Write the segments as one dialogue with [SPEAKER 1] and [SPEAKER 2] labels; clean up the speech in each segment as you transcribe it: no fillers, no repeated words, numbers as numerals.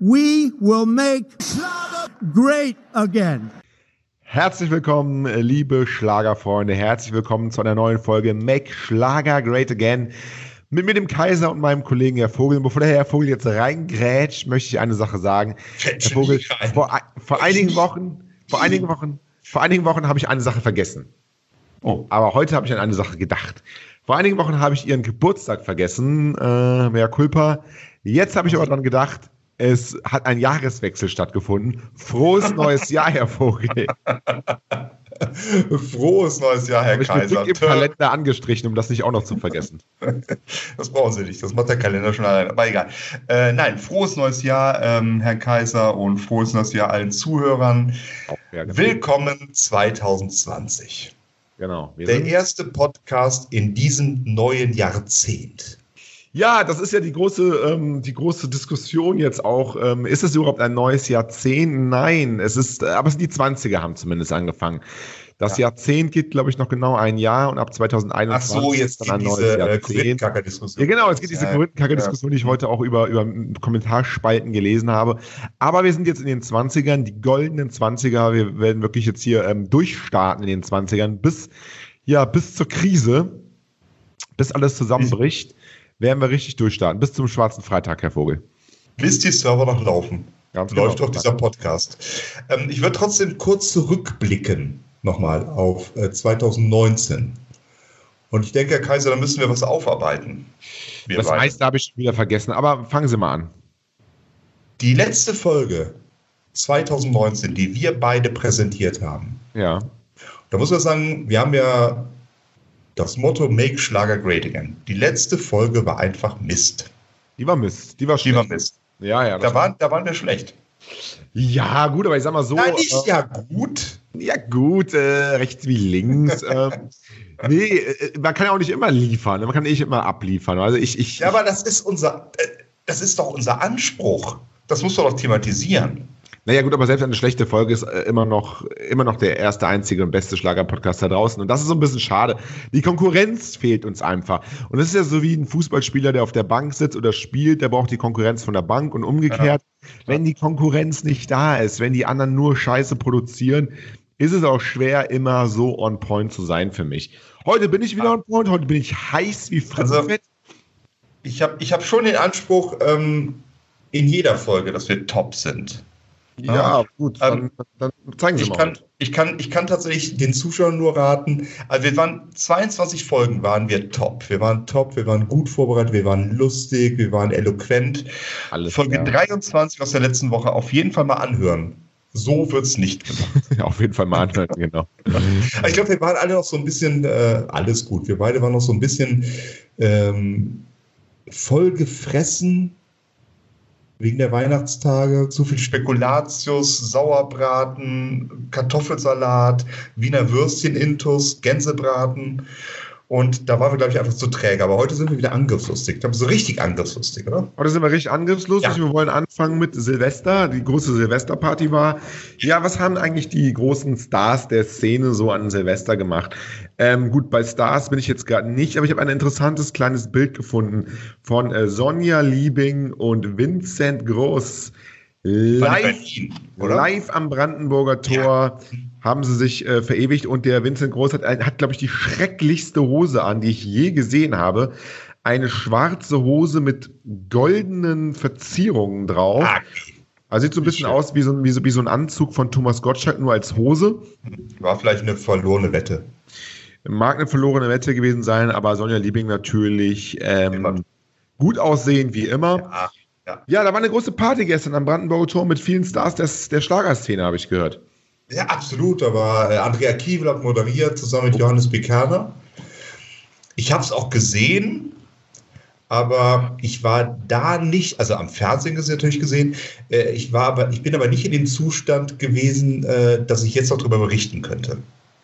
[SPEAKER 1] We will make Schlager great again.
[SPEAKER 2] Herzlich willkommen, liebe Schlagerfreunde. Herzlich willkommen zu einer neuen Folge Make Schlager Great Again. Mit mir, dem Kaiser, und meinem Kollegen Herr Vogel. Und bevor der Herr Vogel jetzt reingrätscht, möchte ich eine Sache sagen. Herr Vogel, vor einigen Wochen habe ich eine Sache vergessen. Oh. Aber heute habe ich an eine Sache gedacht. Vor einigen Wochen habe ich Ihren Geburtstag vergessen. Mea culpa. Jetzt habe ich aber dran gedacht, es hat ein Jahreswechsel stattgefunden. Frohes neues Jahr, Herr Vogel.
[SPEAKER 3] Frohes neues Jahr, Herr Kaiser.
[SPEAKER 2] Ich bin im Kalender angestrichen, um das nicht auch noch zu vergessen.
[SPEAKER 3] Das brauchen Sie nicht, das macht der Kalender schon alleine, aber egal. Nein, frohes neues Jahr, Herr Kaiser, und frohes neues Jahr allen Zuhörern. Ja, genau. Willkommen 2020.
[SPEAKER 2] Genau.
[SPEAKER 3] Der erste Podcast in diesem neuen Jahrzehnt.
[SPEAKER 2] Ja, das ist ja die große Diskussion jetzt auch. Ist es überhaupt ein neues Jahrzehnt? Nein, aber die 20er haben zumindest angefangen. Das Jahrzehnt geht, glaube ich, noch genau ein Jahr, und ab 2021
[SPEAKER 3] jetzt
[SPEAKER 2] dann ein neues Jahrzehnt.
[SPEAKER 3] Ja,
[SPEAKER 2] genau, es geht diese Korinthenkacker-Diskussion, die ich heute auch über Kommentarspalten gelesen habe. Aber wir sind jetzt in den 20ern, die goldenen 20er. Wir werden wirklich jetzt hier durchstarten in den 20ern bis zur Krise, bis alles zusammenbricht. Werden wir richtig durchstarten. Bis zum schwarzen Freitag, Herr Vogel.
[SPEAKER 3] Bis die Server noch laufen.
[SPEAKER 2] Ganz
[SPEAKER 3] läuft
[SPEAKER 2] genau.
[SPEAKER 3] Doch dieser Podcast. Ich würde trotzdem kurz zurückblicken nochmal auf 2019. Und ich denke, Herr Kaiser, da müssen wir was aufarbeiten.
[SPEAKER 2] Das meiste habe ich wieder vergessen, aber fangen Sie mal an.
[SPEAKER 3] Die letzte Folge 2019, die wir beide präsentiert haben.
[SPEAKER 2] Ja.
[SPEAKER 3] Da muss man sagen, wir haben ja das Motto Make Schlager Great Again. Die letzte Folge war einfach Mist.
[SPEAKER 2] Die war Mist. Die war schlecht.
[SPEAKER 3] Die war Mist.
[SPEAKER 2] Ja.
[SPEAKER 3] Da waren wir schlecht.
[SPEAKER 2] Ja, gut, aber ich sag mal so.
[SPEAKER 3] Nein, nicht gut.
[SPEAKER 2] Ja, gut, rechts wie links. Nee, man kann ja auch nicht immer liefern. Man kann nicht immer abliefern. Also
[SPEAKER 3] Ja, aber das ist doch unser Anspruch. Das musst du doch thematisieren.
[SPEAKER 2] Naja, gut, aber selbst eine schlechte Folge ist immer noch der erste, einzige und beste Schlager-Podcast da draußen. Und das ist so ein bisschen schade. Die Konkurrenz fehlt uns einfach. Und das ist ja so wie ein Fußballspieler, der auf der Bank sitzt oder spielt, der braucht die Konkurrenz von der Bank und umgekehrt. Ja. Wenn die Konkurrenz nicht da ist, wenn die anderen nur Scheiße produzieren, ist es auch schwer, immer so on point zu sein für mich. Heute bin ich wieder on point, heute bin ich heiß wie Frittenfett.
[SPEAKER 3] Also, ich hab schon den Anspruch, in jeder Folge, dass wir top sind.
[SPEAKER 2] Ja, gut, dann zeigen Sie mal.
[SPEAKER 3] Ich kann tatsächlich den Zuschauern nur raten, also 22 Folgen waren wir top. Wir waren gut vorbereitet, wir waren lustig, wir waren eloquent. Folge 23 aus der letzten Woche auf jeden Fall mal anhören. So wird's nicht gemacht.
[SPEAKER 2] Ja, auf jeden Fall mal anhören, genau.
[SPEAKER 3] Ich glaube, wir waren alle noch so ein bisschen, alles gut, wir beide waren noch so ein bisschen vollgefressen. Wegen der Weihnachtstage, zu viel Spekulatius, Sauerbraten, Kartoffelsalat, Wiener Würstchen-Intus, Gänsebraten. Und da waren wir, glaube ich, einfach zu träge. Aber heute sind wir wieder angriffslustig. Ich glaube, so richtig angriffslustig, oder?
[SPEAKER 2] Heute sind wir richtig angriffslustig. Ja. Wir wollen anfangen mit Silvester. Die große Silvesterparty war. Ja, was haben eigentlich die großen Stars der Szene so an Silvester gemacht? Gut, bei Stars bin ich jetzt gerade nicht, aber ich habe ein interessantes kleines Bild gefunden von Sonja Liebing und Vincent Groß. Live am Brandenburger Tor haben sie sich verewigt, und der Vincent Groß hat, glaube ich, die schrecklichste Hose an, die ich je gesehen habe. Eine schwarze Hose mit goldenen Verzierungen drauf. Also sieht so ein bisschen aus wie so ein Anzug von Thomas Gottschalk, nur als Hose.
[SPEAKER 3] War vielleicht eine verlorene Wette.
[SPEAKER 2] Mag eine verlorene Wette gewesen sein, aber Sonja Liebing natürlich gut aussehend wie immer. Ja, da war eine große Party gestern am Brandenburger Tor mit vielen Stars der Schlagerszene, habe ich gehört.
[SPEAKER 3] Ja, absolut, aber Andrea Kiewel hat moderiert, zusammen mit Johannes Bekerner. Ich habe es auch gesehen, aber ich war da nicht, also am Fernsehen natürlich gesehen, ich bin aber nicht in dem Zustand gewesen, dass ich jetzt noch darüber berichten könnte.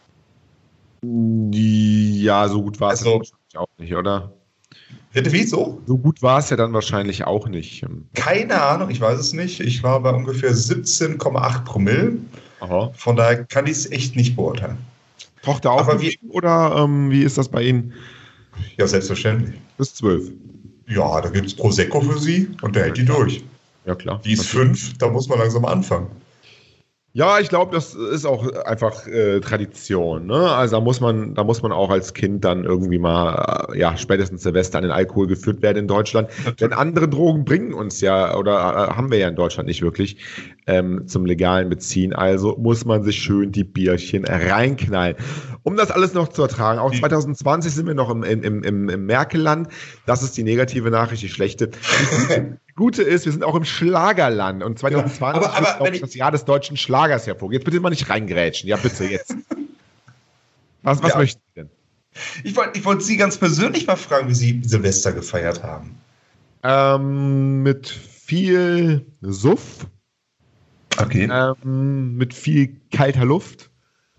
[SPEAKER 2] Ja, so gut war es wahrscheinlich auch nicht, oder?
[SPEAKER 3] Wieso?
[SPEAKER 2] So gut war es ja dann wahrscheinlich auch nicht.
[SPEAKER 3] Keine Ahnung, ich weiß es nicht. Ich war bei ungefähr 17,8 Promille. Aha. Von daher kann ich es echt nicht beurteilen.
[SPEAKER 2] Tochter auch oder wie ist das bei Ihnen?
[SPEAKER 3] Ja, selbstverständlich.
[SPEAKER 2] Bis 12.
[SPEAKER 3] Ja, da gibt es Prosecco für Sie und der hält die durch.
[SPEAKER 2] Ja, klar.
[SPEAKER 3] Die ist 5, da muss man langsam anfangen.
[SPEAKER 2] Ja, ich glaube, das ist auch einfach Tradition. Ne? Also da muss man auch als Kind dann irgendwie mal, spätestens Silvester an den Alkohol geführt werden in Deutschland. Denn andere Drogen bringen uns ja, oder haben wir ja in Deutschland nicht wirklich, zum legalen Beziehen. Also muss man sich schön die Bierchen reinknallen. Um das alles noch zu ertragen. Auch 2020 sind wir noch im Merkel-Land. Das ist die negative Nachricht, die schlechte. Gute ist, wir sind auch im Schlagerland und 2020 ist auch das Jahr des deutschen Schlagers hervor. Jetzt bitte mal nicht reingrätschen. Ja, bitte, jetzt. Was möchten Sie denn?
[SPEAKER 3] Ich wollte Sie ganz persönlich mal fragen, wie Sie Silvester gefeiert haben.
[SPEAKER 2] Mit viel Suff.
[SPEAKER 3] Okay.
[SPEAKER 2] Mit viel kalter Luft.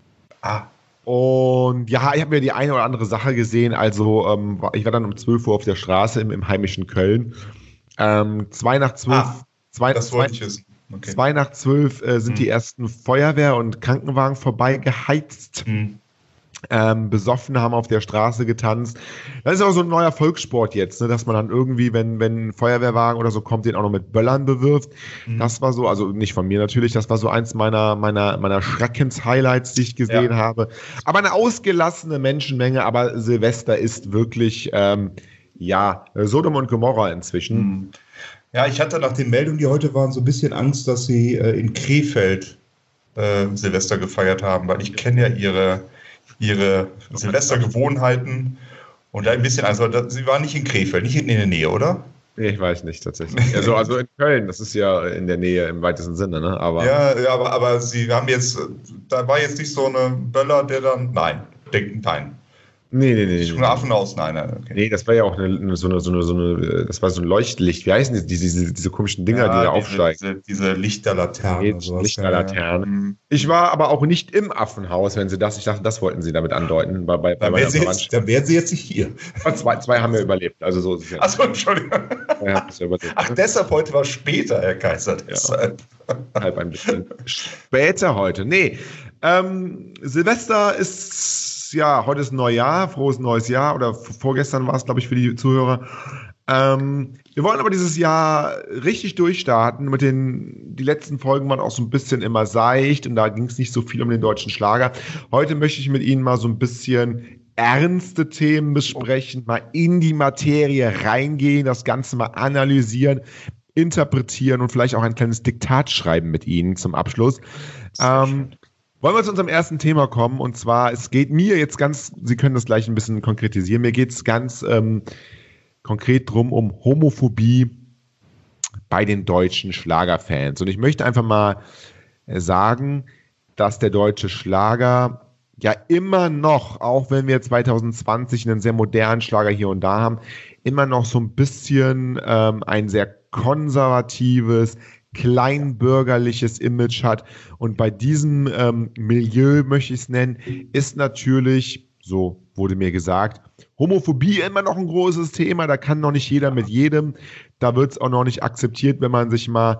[SPEAKER 2] Und ja, ich habe mir die eine oder andere Sache gesehen. Also ich war dann um 12 Uhr auf der Straße im heimischen Köln. 2 nach 12.
[SPEAKER 3] Das wollte ich wissen. Okay.
[SPEAKER 2] 2 nach 12 sind die ersten Feuerwehr- und Krankenwagen vorbeigeheizt. Besoffen, haben auf der Straße getanzt. Das ist auch so ein neuer Volkssport jetzt, ne, dass man dann irgendwie, wenn ein Feuerwehrwagen oder so kommt, den auch noch mit Böllern bewirft. Das war so, also nicht von mir natürlich, das war so eins meiner Schreckens-Highlights, die ich gesehen habe. Aber eine ausgelassene Menschenmenge, aber Silvester ist wirklich Sodom und Gomorra inzwischen.
[SPEAKER 3] Ja, ich hatte nach den Meldungen, die heute waren, so ein bisschen Angst, dass Sie in Krefeld Silvester gefeiert haben, weil ich kenne ja Ihre Silvestergewohnheiten und da ein bisschen Angst. Sie waren nicht in Krefeld, nicht in der Nähe, oder?
[SPEAKER 2] Nee, ich weiß nicht tatsächlich. Also in Köln, das ist ja in der Nähe im weitesten Sinne, ne?
[SPEAKER 3] Aber Sie haben jetzt, da war jetzt nicht so eine Böller, der dann, nein.
[SPEAKER 2] Nee.
[SPEAKER 3] Schon Affen aus, nein. Okay.
[SPEAKER 2] Nee, das war ja auch das war so ein Leuchtlicht. Wie heißen diese komischen Dinger, die da aufsteigen?
[SPEAKER 3] Diese Lichterlaternen.
[SPEAKER 2] Lichterlaternen. Ich war aber auch nicht im Affenhaus, ich dachte, das wollten Sie damit andeuten.
[SPEAKER 3] Dann wären Sie jetzt nicht hier.
[SPEAKER 2] Zwei haben ja überlebt, also so ist es ja.
[SPEAKER 3] Achso, Entschuldigung. Deshalb heute war später, Herr Kaiser. Deshalb.
[SPEAKER 2] Halb ein bisschen später heute. Nee, Silvester ist... Ja, heute ist Neujahr, frohes neues Jahr oder vorgestern war es, glaube ich, für die Zuhörer. Wir wollen aber dieses Jahr richtig durchstarten. Die letzten Folgen waren auch so ein bisschen immer seicht und da ging es nicht so viel um den deutschen Schlager. Heute möchte ich mit Ihnen mal so ein bisschen ernste Themen besprechen, mal in die Materie reingehen, das Ganze mal analysieren, interpretieren und vielleicht auch ein kleines Diktat schreiben mit Ihnen zum Abschluss. Wollen wir zu unserem ersten Thema kommen, und zwar, es geht mir jetzt Sie können das gleich ein bisschen konkretisieren, mir geht es ganz konkret drum um Homophobie bei den deutschen Schlagerfans. Und ich möchte einfach mal sagen, dass der deutsche Schlager ja immer noch, auch wenn wir 2020 einen sehr modernen Schlager hier und da haben, immer noch so ein bisschen ein sehr konservatives, kleinbürgerliches Image hat. Und bei diesem Milieu, möchte ich es nennen, ist natürlich, so wurde mir gesagt, Homophobie immer noch ein großes Thema. Da kann noch nicht jeder mit jedem. Da wird es auch noch nicht akzeptiert, wenn man sich mal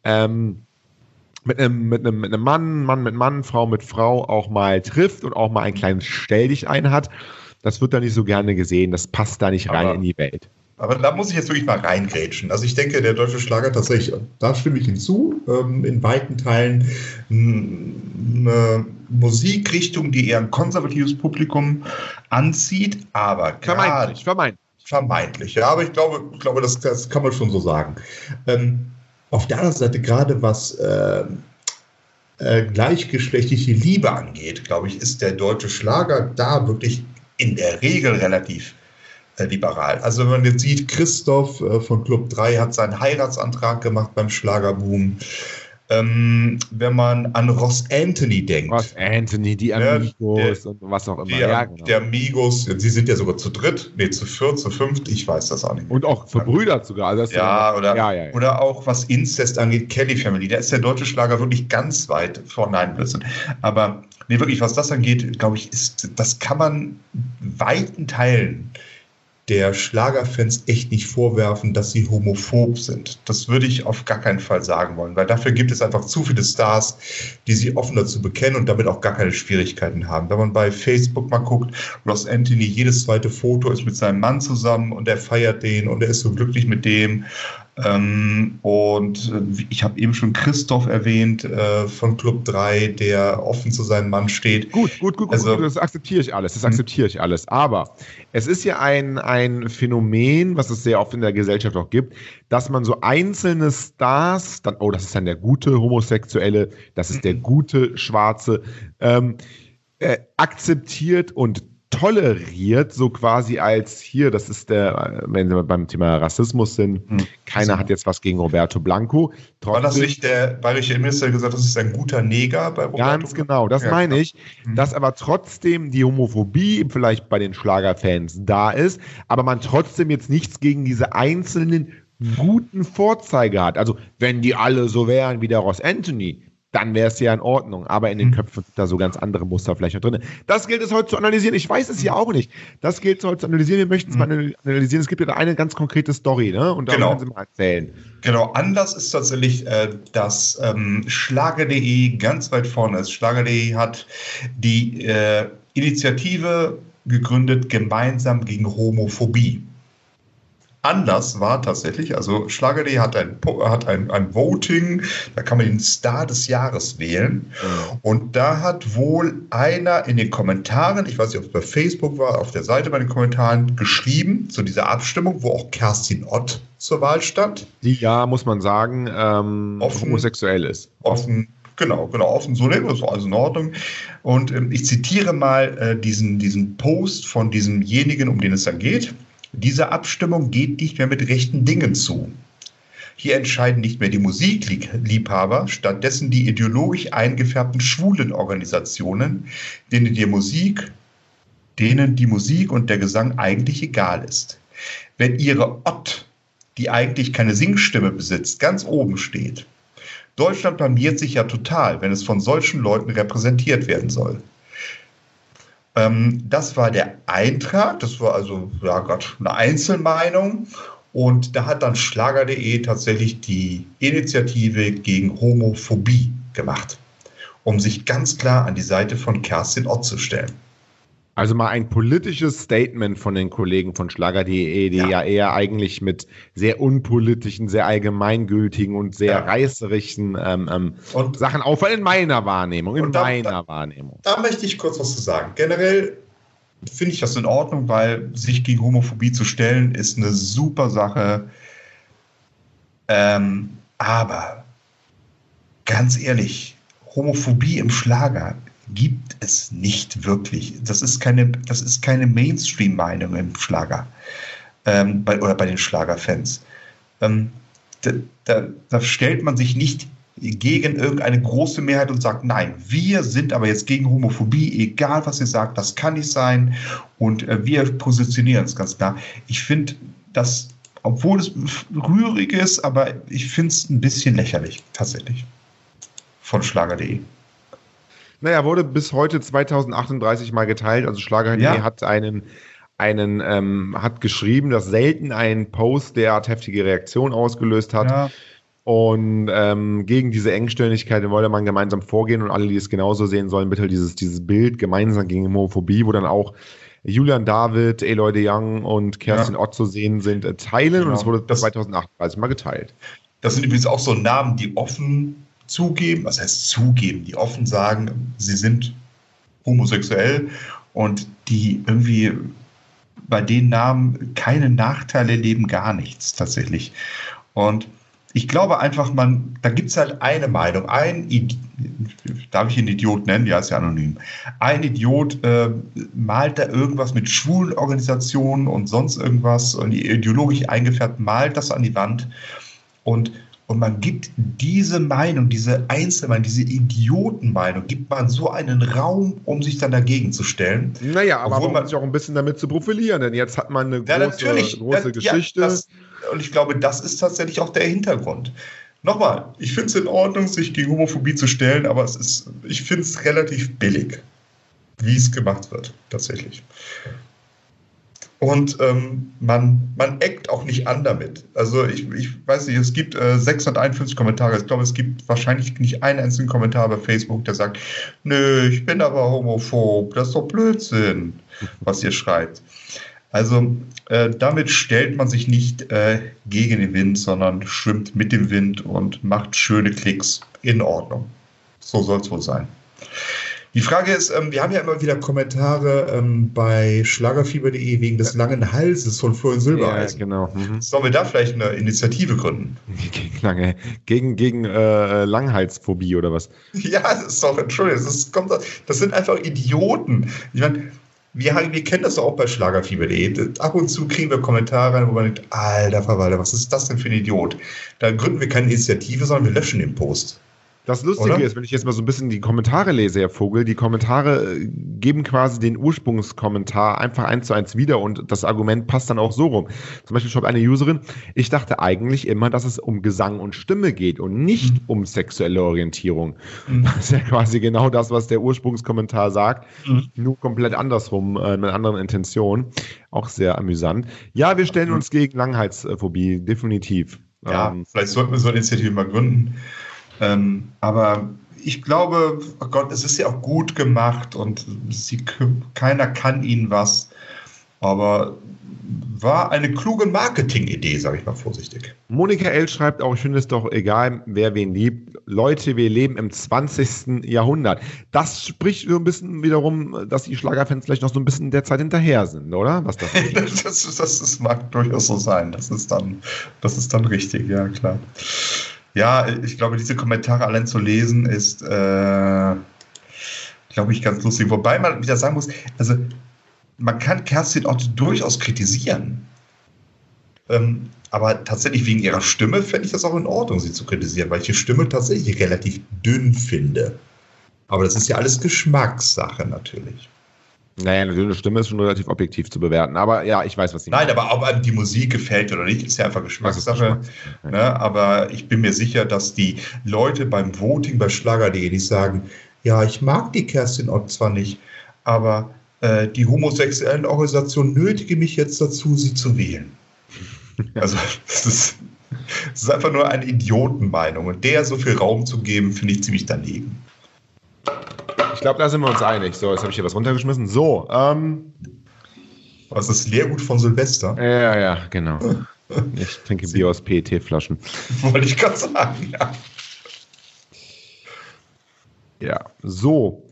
[SPEAKER 2] mit einem Mann mit Mann, Frau mit Frau auch mal trifft und auch mal ein kleines Stelldichein hat. Das wird da nicht so gerne gesehen. Das passt da nicht rein in die Welt.
[SPEAKER 3] Aber da muss ich jetzt wirklich mal reingrätschen. Also ich denke, der deutsche Schlager tatsächlich, da stimme ich hinzu, in weiten Teilen eine Musikrichtung, die eher ein konservatives Publikum anzieht, aber vermeintlich, ja, aber ich glaube, das kann man schon so sagen. Auf der anderen Seite, gerade was gleichgeschlechtliche Liebe angeht, glaube ich, ist der deutsche Schlager da wirklich in der Regel relativ liberal. Also wenn man jetzt sieht, Christoph von Club 3 hat seinen Heiratsantrag gemacht beim Schlagerboom. Wenn man an Ross Anthony denkt.
[SPEAKER 2] Ross Anthony, die Amigos und was auch immer.
[SPEAKER 3] Genau. Der Amigos, sie sind ja sogar zu dritt, zu viert, zu fünft, ich weiß das auch nicht mehr.
[SPEAKER 2] Und auch verbrüdert sogar. Also
[SPEAKER 3] oder auch was Inzest angeht, Kelly Family, da ist der deutsche Schlager wirklich ganz weit vorne. Aber nee, wirklich, was das angeht, glaube ich, das kann man weiten Teilen der Schlagerfans echt nicht vorwerfen, dass sie homophob sind. Das würde ich auf gar keinen Fall sagen wollen, weil dafür gibt es einfach zu viele Stars, die sich offen dazu bekennen und damit auch gar keine Schwierigkeiten haben. Wenn man bei Facebook mal guckt, Ross Anthony, jedes zweite Foto ist mit seinem Mann zusammen und er feiert den und er ist so glücklich mit dem. Und ich habe eben schon Christoph erwähnt von Club 3, der offen zu seinem Mann steht.
[SPEAKER 2] Gut,
[SPEAKER 3] Also,
[SPEAKER 2] das akzeptiere ich alles. Aber es ist ja ein Phänomen, was es sehr oft in der Gesellschaft auch gibt, dass man so einzelne Stars, das ist dann der gute Homosexuelle, das ist der gute Schwarze, akzeptiert und toleriert, so quasi als hier, das ist wenn wir beim Thema Rassismus sind, keiner hat jetzt was gegen Roberto Blanco.
[SPEAKER 3] War das nicht der bayerische Innenminister, der gesagt hat, das ist ein guter Neger bei Roberto Blanco?
[SPEAKER 2] Ganz genau, das meine ich, dass aber trotzdem die Homophobie vielleicht bei den Schlagerfans da ist, aber man trotzdem jetzt nichts gegen diese einzelnen guten Vorzeige hat. Also wenn die alle so wären wie der Ross Anthony, dann wäre es ja in Ordnung. Aber in den Köpfen sind da so ganz andere Muster vielleicht noch drin. Das gilt es heute zu analysieren. Ich weiß es ja auch nicht. Das gilt es heute zu analysieren. Wir möchten es mal analysieren. Es gibt ja da eine ganz konkrete Story, ne? Und da können Sie mal erzählen.
[SPEAKER 3] Genau, anders ist tatsächlich, dass Schlager.de ganz weit vorne ist. Schlager.de hat die Initiative gegründet, gemeinsam gegen Homophobie. Anders war tatsächlich, also Schlager.de hat ein Voting, da kann man den Star des Jahres wählen. Und da hat wohl einer in den Kommentaren, ich weiß nicht, ob es bei Facebook war, auf der Seite bei den Kommentaren, geschrieben zu dieser Abstimmung, wo auch Kerstin Ott zur Wahl stand.
[SPEAKER 2] Die ja, muss man sagen, homosexuell ist.
[SPEAKER 3] Offen, so nehmen wir es, alles in Ordnung. Und ich zitiere mal diesen Post von diesemjenigen, um den es dann geht. Diese Abstimmung geht nicht mehr mit rechten Dingen zu. Hier entscheiden nicht mehr die Musikliebhaber, stattdessen die ideologisch eingefärbten schwulen Organisationen, denen die Musik und der Gesang eigentlich egal ist. Wenn ihre Ott, die eigentlich keine Singstimme besitzt, ganz oben steht. Deutschland blamiert sich ja total, wenn es von solchen Leuten repräsentiert werden soll. Das war der Eintrag, das war also eine Einzelmeinung, und da hat dann Schlager.de tatsächlich die Initiative gegen Homophobie gemacht, um sich ganz klar an die Seite von Kerstin Ott zu stellen.
[SPEAKER 2] Also mal ein politisches Statement von den Kollegen von Schlager.de, die ja eher eigentlich mit sehr unpolitischen, sehr allgemeingültigen und sehr reißerischen Sachen auffallen, in meiner Wahrnehmung. Da
[SPEAKER 3] möchte ich kurz was zu sagen. Generell finde ich das in Ordnung, weil sich gegen Homophobie zu stellen, ist eine super Sache. Aber ganz ehrlich, Homophobie im Schlager gibt es nicht wirklich. Das ist keine Mainstream-Meinung im Schlager oder bei den Schlagerfans. Da stellt man sich nicht gegen irgendeine große Mehrheit und sagt, nein, wir sind aber jetzt gegen Homophobie, egal was ihr sagt, das kann nicht sein, und wir positionieren uns ganz klar. Ich finde das, obwohl es rührig ist, aber ich finde es ein bisschen lächerlich, tatsächlich, von Schlager.de.
[SPEAKER 2] Naja, wurde bis heute 2038 mal geteilt. Also Schlager.de hat hat geschrieben, dass selten ein Post derart heftige Reaktion ausgelöst hat. Ja. Und gegen diese Engstirnigkeit wollte man gemeinsam vorgehen, und alle, die es genauso sehen sollen, bitte dieses Bild gemeinsam gegen Homophobie, wo dann auch Julian David, Eloy de Young und Kerstin Ott zu sehen sind, teilen. Genau. Und es wurde 2038 mal geteilt.
[SPEAKER 3] Das sind übrigens auch so Namen, die offen zugeben, was heißt zugeben, die offen sagen, sie sind homosexuell, und die irgendwie bei den Namen keine Nachteile leben, gar nichts tatsächlich. Und ich glaube einfach, da gibt es halt eine Meinung, darf ich ihn Idiot nennen? Ja, ist ja anonym. Ein Idiot malt da irgendwas mit schwulen Organisationen und sonst irgendwas, und ideologisch eingefärbt, malt das an die Wand, und man gibt diese Meinung, diese Einzelmeinung, diese Idiotenmeinung, gibt man so einen Raum, um sich dann dagegen zu stellen.
[SPEAKER 2] Naja, aber um sich auch ein bisschen damit zu profilieren, denn jetzt hat man eine große Geschichte.
[SPEAKER 3] Ja, und ich glaube, das ist tatsächlich auch der Hintergrund. Nochmal, ich finde es in Ordnung, sich gegen Homophobie zu stellen, aber ich finde es relativ billig, wie es gemacht wird, tatsächlich. Und man eckt auch nicht an damit. Also ich weiß nicht, es gibt 651 Kommentare. Ich glaube, es gibt wahrscheinlich nicht einen einzigen Kommentar bei Facebook, der sagt, nö, ich bin aber homophob, das ist doch Blödsinn, was ihr schreibt. Also damit stellt man sich nicht gegen den Wind, sondern schwimmt mit dem Wind und macht schöne Klicks. In Ordnung. So soll es wohl sein. Die Frage ist, wir haben ja immer wieder Kommentare bei schlagerfieber.de wegen des langen Halses von Florian Silbereisen.
[SPEAKER 2] Ja, genau.
[SPEAKER 3] Sollen wir da vielleicht eine Initiative gründen?
[SPEAKER 2] Gegen Langhalsphobie oder was?
[SPEAKER 3] Ja, das ist doch, Entschuldigung, das sind einfach Idioten. Ich meine, wir kennen das doch auch bei schlagerfieber.de. Ab und zu kriegen wir Kommentare rein, wo man denkt, alter Verwalter, was ist das denn für ein Idiot? Da gründen wir keine Initiative, sondern wir löschen den Post.
[SPEAKER 2] Das Lustige ist, wenn ich jetzt mal so ein bisschen die Kommentare lese, Herr Vogel, die Kommentare geben quasi den Ursprungskommentar einfach 1:1 wieder und das Argument passt dann auch so rum. Zum Beispiel schreibt eine Userin, ich dachte eigentlich immer, dass es um Gesang und Stimme geht und nicht um sexuelle Orientierung. Das ist ja quasi genau das, was der Ursprungskommentar sagt, nur komplett andersrum, mit einer anderen Intention. Auch sehr amüsant. Ja, wir stellen uns gegen Langhalsphobie, definitiv.
[SPEAKER 3] Ja, vielleicht sollten wir so eine Initiative mal gründen. Aber ich glaube, oh Gott, es ist ja auch gut gemacht und keiner kann ihnen was. Aber war eine kluge Marketing-Idee, sage ich mal vorsichtig.
[SPEAKER 2] Monika L. schreibt auch, ich finde es doch egal, wer wen liebt. Leute, wir leben im 20. Jahrhundert. Das spricht so ein bisschen wiederum, dass die Schlagerfans vielleicht noch so ein bisschen der Zeit hinterher sind, oder? Was
[SPEAKER 3] das mag durchaus so sein. Das ist dann richtig, ja klar. Ja, ich glaube, diese Kommentare allein zu lesen ist, glaube ich, ganz lustig. Wobei man wieder sagen muss, also man kann Kerstin Ott durchaus kritisieren. Aber tatsächlich wegen ihrer Stimme fände ich das auch in Ordnung, sie zu kritisieren, weil ich die Stimme tatsächlich relativ dünn finde. Aber das ist ja alles Geschmackssache natürlich.
[SPEAKER 2] Naja, eine dünne Stimme ist schon relativ objektiv zu bewerten. Aber ja, ich weiß, was Sie
[SPEAKER 3] meinen. Nein, aber ob einem die Musik gefällt oder nicht, ist ja einfach Geschmackssache. Ne? Aber ich bin mir sicher, dass die Leute beim Voting bei Schlager.de nicht sagen, ja, ich mag die Kerstin Ott zwar nicht, aber die homosexuellen Organisationen nötigen mich jetzt dazu, sie zu wählen. Also das ist einfach nur eine Idiotenmeinung. Und der so viel Raum zu geben, finde ich ziemlich daneben.
[SPEAKER 2] Ich glaube, da sind wir uns einig. So, jetzt habe ich hier was runtergeschmissen. So,
[SPEAKER 3] was ist Leergut von Silvester?
[SPEAKER 2] Ja, genau. Ich trinke Bier aus PET-Flaschen.
[SPEAKER 3] Wollte ich gerade sagen, ja.
[SPEAKER 2] Ja, so.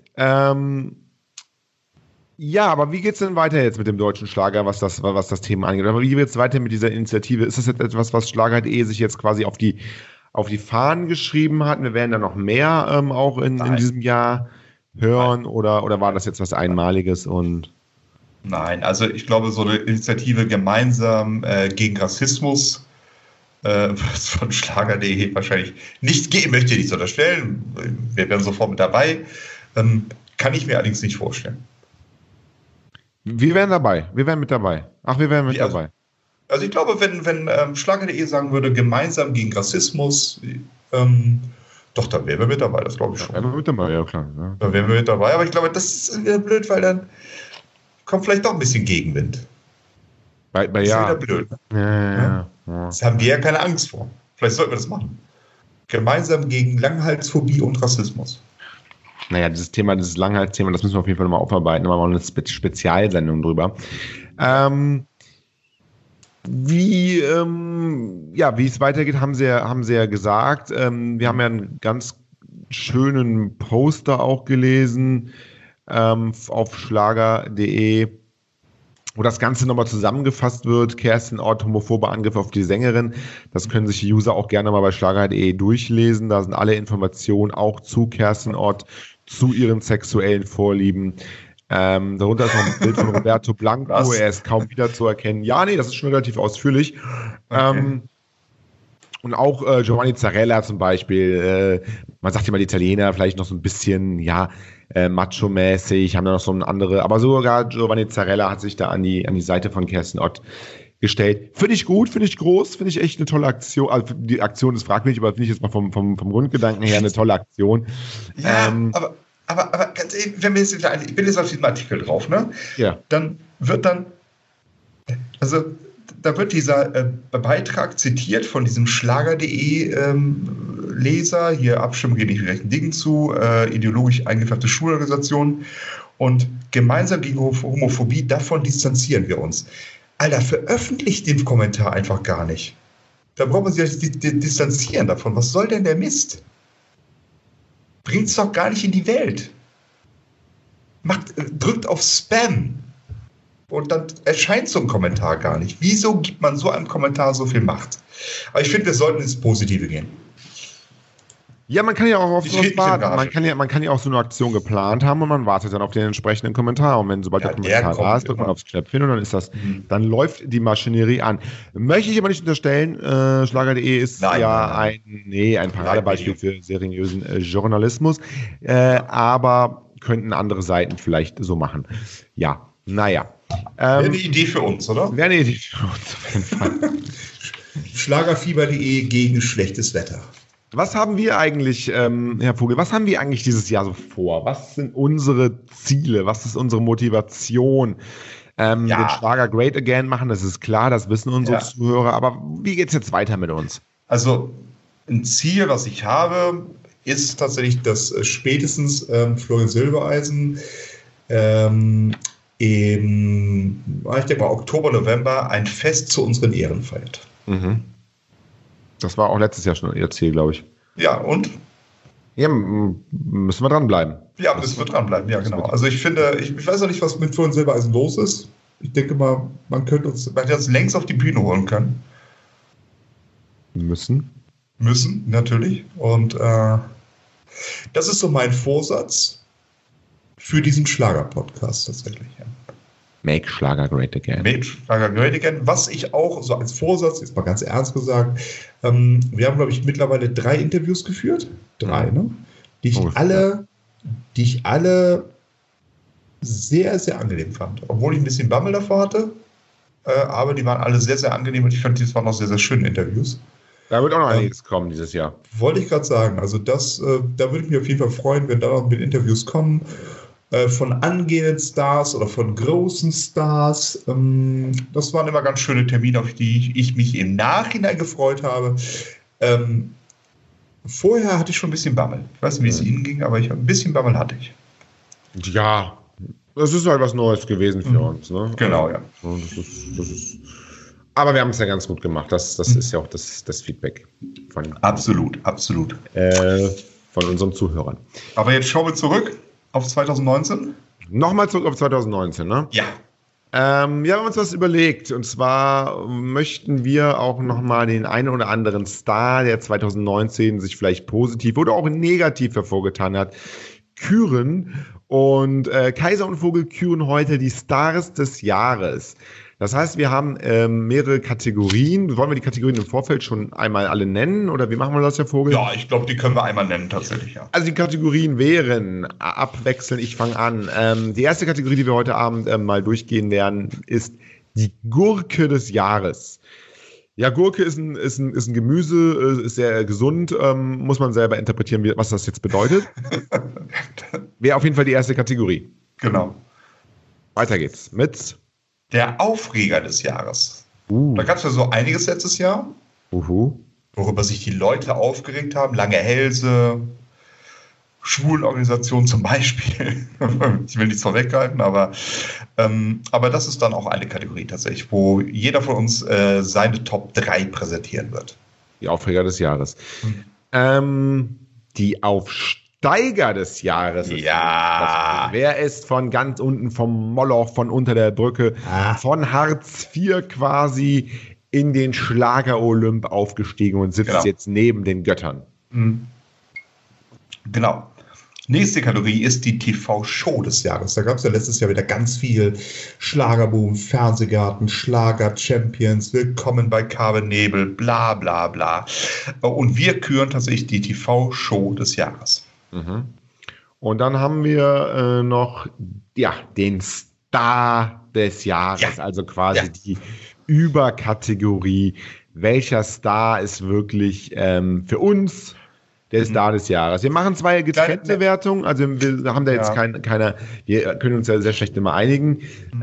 [SPEAKER 2] Ja, aber wie geht es denn weiter jetzt mit dem deutschen Schlager, was das Thema angeht? Aber wie geht es weiter mit dieser Initiative? Ist das jetzt etwas, was Schlager.de sich jetzt quasi auf die Fahnen geschrieben hat? Wir werden da noch mehr auch in diesem Jahr hören oder war das jetzt was Einmaliges?
[SPEAKER 3] Nein, also ich glaube, so eine Initiative gemeinsam gegen Rassismus wird es von Schlager.de wahrscheinlich nicht geben, möchte ich nicht unterstellen. Wir wären sofort mit dabei. Kann ich mir allerdings nicht vorstellen.
[SPEAKER 2] Wir wären dabei. Wir wären mit dabei. Ach, wir wären mit dabei.
[SPEAKER 3] Also ich glaube, wenn Schlager.de sagen würde, gemeinsam gegen Rassismus, doch, dann wären wir mit dabei, das glaube ich schon.
[SPEAKER 2] Ja, wären wir mit dabei, ja klar. Ja.
[SPEAKER 3] Dann wären wir mit dabei, aber ich glaube, das ist wieder blöd, weil dann kommt vielleicht doch ein bisschen Gegenwind.
[SPEAKER 2] Das ist
[SPEAKER 3] wieder blöd.
[SPEAKER 2] Ja.
[SPEAKER 3] Das haben wir ja keine Angst vor. Vielleicht sollten wir das machen. Gemeinsam gegen Langhalsphobie und Rassismus.
[SPEAKER 2] Naja, dieses Langhalsthema, das müssen wir auf jeden Fall nochmal aufarbeiten. Da machen wir eine Spezialsendung drüber. Wie es weitergeht, haben sie ja gesagt. Wir haben ja einen ganz schönen Poster auch gelesen auf schlager.de, wo das Ganze nochmal zusammengefasst wird. Kerstin Ott, homophobe Angriffe auf die Sängerin. Das können sich die User auch gerne mal bei schlager.de durchlesen. Da sind alle Informationen auch zu Kerstin Ott, zu ihren sexuellen Vorlieben. Darunter ist noch ein Bild von Roberto Blanco. Was? Er ist kaum wieder zu erkennen. Ja, nee, das ist schon relativ ausführlich. Okay. Und auch Giovanni Zarella zum Beispiel. Man sagt immer die Italiener vielleicht noch so ein bisschen, macho-mäßig, haben da noch so eine andere, aber sogar Giovanni Zarella hat sich da an die Seite von Kerstin Ott gestellt. Finde ich gut, finde ich groß, finde ich echt eine tolle Aktion. Also die Aktion ist fragwürdig, aber finde ich jetzt mal vom Grundgedanken her eine tolle Aktion.
[SPEAKER 3] Ja, aber ganz ehrlich, wenn wir jetzt, ich bin jetzt auf diesem Artikel drauf, ne? Ja. Da wird dieser Beitrag zitiert von diesem Schlager.de Leser, hier Abstimmung geht nicht mit rechten Dingen zu, ideologisch eingefärbte Schulorganisation und gemeinsam gegen Homophobie, davon distanzieren wir uns. Alter, veröffentlicht den Kommentar einfach gar nicht. Da braucht man sich distanzieren davon. Was soll denn der Mist? Bringt's doch gar nicht in die Welt. Drückt auf Spam. Und dann erscheint so ein Kommentar gar nicht. Wieso gibt man so einem Kommentar so viel Macht? Aber ich finde, wir sollten ins Positive gehen.
[SPEAKER 2] Ja, man kann ja auch auf sowas warten. Man kann ja auch so eine Aktion geplant haben und man wartet dann auf den entsprechenden Kommentar. Und sobald der Kommentar da ist, drückt man aufs Knöpfchen und dann ist das, dann läuft die Maschinerie an. Möchte ich aber nicht unterstellen, Schlager.de ist ein Paradebeispiel für seriösen Journalismus, aber könnten andere Seiten vielleicht so machen. Ja, naja.
[SPEAKER 3] Wäre eine Idee für uns, oder?
[SPEAKER 2] Wäre eine Idee für uns, auf jeden Fall.
[SPEAKER 3] Schlagerfieber.de gegen schlechtes Wetter.
[SPEAKER 2] Was haben wir eigentlich, Herr Vogel, was haben wir eigentlich dieses Jahr so vor? Was sind unsere Ziele? Was ist unsere Motivation? Den Schlager Great Again machen, das ist klar, das wissen unsere Zuhörer. Aber wie geht es jetzt weiter mit uns?
[SPEAKER 3] Also ein Ziel, was ich habe, ist tatsächlich, dass spätestens Florian Silbereisen ich denke mal Oktober, November ein Fest zu unseren Ehren feiert.
[SPEAKER 2] Mhm. Das war auch letztes Jahr schon Ihr Ziel, glaube ich.
[SPEAKER 3] Ja, und?
[SPEAKER 2] Ja, müssen wir dranbleiben.
[SPEAKER 3] Ja, müssen wir dranbleiben, ja, genau. Also ich finde, ich weiß noch nicht, was mit Florian Silbereisen los ist. Ich denke mal, man hätte uns längst auf die Bühne holen können.
[SPEAKER 2] Müssen,
[SPEAKER 3] natürlich. Und das ist so mein Vorsatz für diesen Schlager-Podcast tatsächlich. Ja.
[SPEAKER 2] Make Schlager Great Again.
[SPEAKER 3] Make Schlager Great Again. Was ich auch so als Vorsatz, jetzt mal ganz ernst gesagt, wir haben, glaube ich, mittlerweile 3 Interviews geführt. 3, ne? Die ich alle sehr, sehr angenehm fand. Obwohl ich ein bisschen Bammel davor hatte. Aber die waren alle sehr, sehr angenehm und ich fand, das waren auch sehr, sehr schöne Interviews.
[SPEAKER 2] Da wird auch noch einiges kommen dieses Jahr.
[SPEAKER 3] Wollte ich gerade sagen. Also da würde ich mich auf jeden Fall freuen, wenn da noch mit Interviews kommen. Von angehenden Stars oder von großen Stars. Das waren immer ganz schöne Termine, auf die ich mich im Nachhinein gefreut habe. Vorher hatte ich schon ein bisschen Bammel. Ich weiß nicht, wie es Ihnen ging, aber ein bisschen Bammel hatte ich.
[SPEAKER 2] Ja, das ist halt was Neues gewesen für uns. Ne?
[SPEAKER 3] Genau, ja.
[SPEAKER 2] Das ist, aber wir haben es ja ganz gut gemacht. Das ist ja auch das Feedback von
[SPEAKER 3] absolut.
[SPEAKER 2] Von unseren Zuhörern.
[SPEAKER 3] Aber jetzt schauen wir zurück auf 2019?
[SPEAKER 2] Nochmal zurück auf 2019, ne?
[SPEAKER 3] Ja.
[SPEAKER 2] Wir haben uns was überlegt. Und zwar möchten wir auch nochmal den einen oder anderen Star, der 2019 sich vielleicht positiv oder auch negativ hervorgetan hat, küren. Und Kaiser und Vogel küren heute die Stars des Jahres. Das heißt, wir haben mehrere Kategorien. Wollen wir die Kategorien im Vorfeld schon einmal alle nennen? Oder wie machen wir das, Herr Vogel?
[SPEAKER 3] Ja, ich glaube, die können wir einmal nennen, tatsächlich, ja.
[SPEAKER 2] Also die Kategorien wären, abwechseln, ich fange an. Die erste Kategorie, die wir heute Abend mal durchgehen werden, ist die Gurke des Jahres. Ja, Gurke ist ein Gemüse, ist sehr gesund, muss man selber interpretieren, was das jetzt bedeutet. Wäre auf jeden Fall die erste Kategorie.
[SPEAKER 3] Genau.
[SPEAKER 2] Weiter geht's mit
[SPEAKER 3] der Aufreger des Jahres. Da gab es ja so einiges letztes Jahr, worüber sich die Leute aufgeregt haben. Lange Hälse, Schwulenorganisationen zum Beispiel. Ich will nichts vorweghalten, aber das ist dann auch eine Kategorie tatsächlich, wo jeder von uns seine Top 3 präsentieren wird.
[SPEAKER 2] Die Aufreger des Jahres. Die Aufsteiger des Jahres.
[SPEAKER 3] Ja.
[SPEAKER 2] Wer ist von ganz unten, vom Moloch, von unter der Brücke, von Hartz IV quasi in den Schlager-Olymp aufgestiegen und sitzt jetzt neben den Göttern?
[SPEAKER 3] Genau. Nächste Kategorie ist die TV-Show des Jahres. Da gab es ja letztes Jahr wieder ganz viel Schlagerboom, Fernsehgarten, Schlager-Champions, Willkommen bei Carmen Nebel, bla bla bla. Und wir küren tatsächlich die TV-Show des Jahres.
[SPEAKER 2] Und dann haben wir noch den Star des Jahres, also quasi die Überkategorie. Welcher Star ist wirklich für uns der Star des Jahres? Wir machen 2 getrennte Wertungen, also wir haben da jetzt keine, wir können uns ja sehr schlecht immer einigen,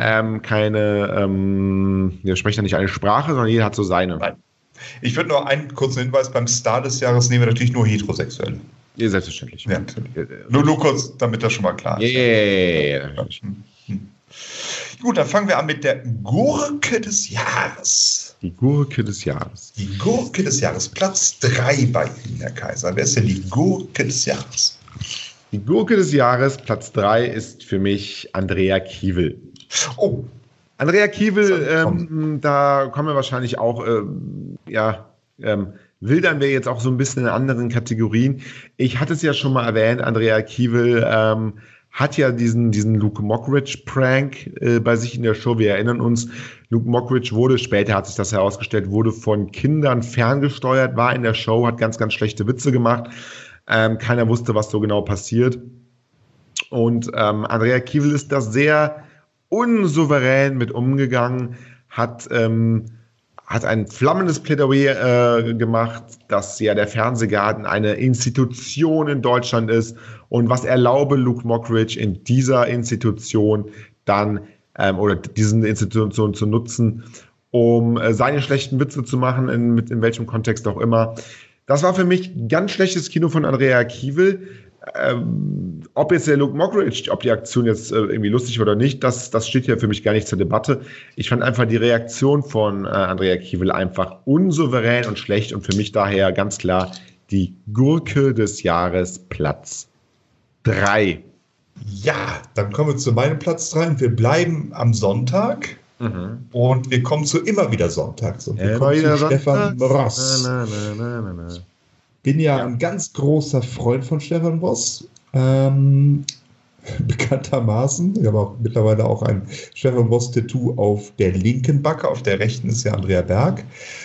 [SPEAKER 2] wir sprechen ja nicht eine Sprache, sondern jeder hat so seine.
[SPEAKER 3] Nein. Ich würde nur einen kurzen Hinweis, beim Star des Jahres nehmen wir natürlich nur Heterosexuelle.
[SPEAKER 2] Ja, selbstverständlich.
[SPEAKER 3] Ja, nur kurz, damit das schon mal klar ist. Gut, dann fangen wir an mit der Gurke des Jahres.
[SPEAKER 2] Die Gurke des Jahres.
[SPEAKER 3] Die Gurke des Jahres. Platz 3 bei Ihnen, Herr Kaiser. Wer ist denn die Gurke des Jahres?
[SPEAKER 2] Die Gurke des Jahres, Platz 3, ist für mich Andrea Kiewel.
[SPEAKER 3] Oh.
[SPEAKER 2] Andrea Kiewel, da kommen wir wahrscheinlich auch, wildern wir jetzt auch so ein bisschen in anderen Kategorien. Ich hatte es ja schon mal erwähnt, Andrea Kiewel hat ja diesen Luke Mockridge-Prank bei sich in der Show. Wir erinnern uns, Luke Mockridge später hat sich das herausgestellt, wurde von Kindern ferngesteuert, war in der Show, hat ganz, ganz schlechte Witze gemacht. Keiner wusste, was so genau passiert. Und Andrea Kiewel ist da sehr unsouverän mit umgegangen, hat ein flammendes Plädoyer gemacht, dass ja der Fernsehgarten eine Institution in Deutschland ist und was erlaube Luke Mockridge in dieser Institution dann oder diesen Institution zu nutzen, um seine schlechten Witze zu machen, in welchem Kontext auch immer. Das war für mich ganz schlechtes Kino von Andrea Kiewel. Ob jetzt der Luke Mockridge, ob die Aktion jetzt irgendwie lustig war oder nicht, das steht ja für mich gar nicht zur Debatte. Ich fand einfach die Reaktion von Andrea Kiewel einfach unsouverän und schlecht und für mich daher ganz klar die Gurke des Jahres Platz 3.
[SPEAKER 3] Ja, dann kommen wir zu meinem Platz 3 und wir bleiben am Sonntag. Und wir kommen zu immer wieder Sonntags und wir kommen zu Stefan Ross. Bin ja ein ganz großer Freund von Stefan Ross. Bekanntermaßen. Ich habe auch mittlerweile auch ein Stefan Ross-Tattoo auf der linken Backe, auf der rechten ist ja Andrea Berg.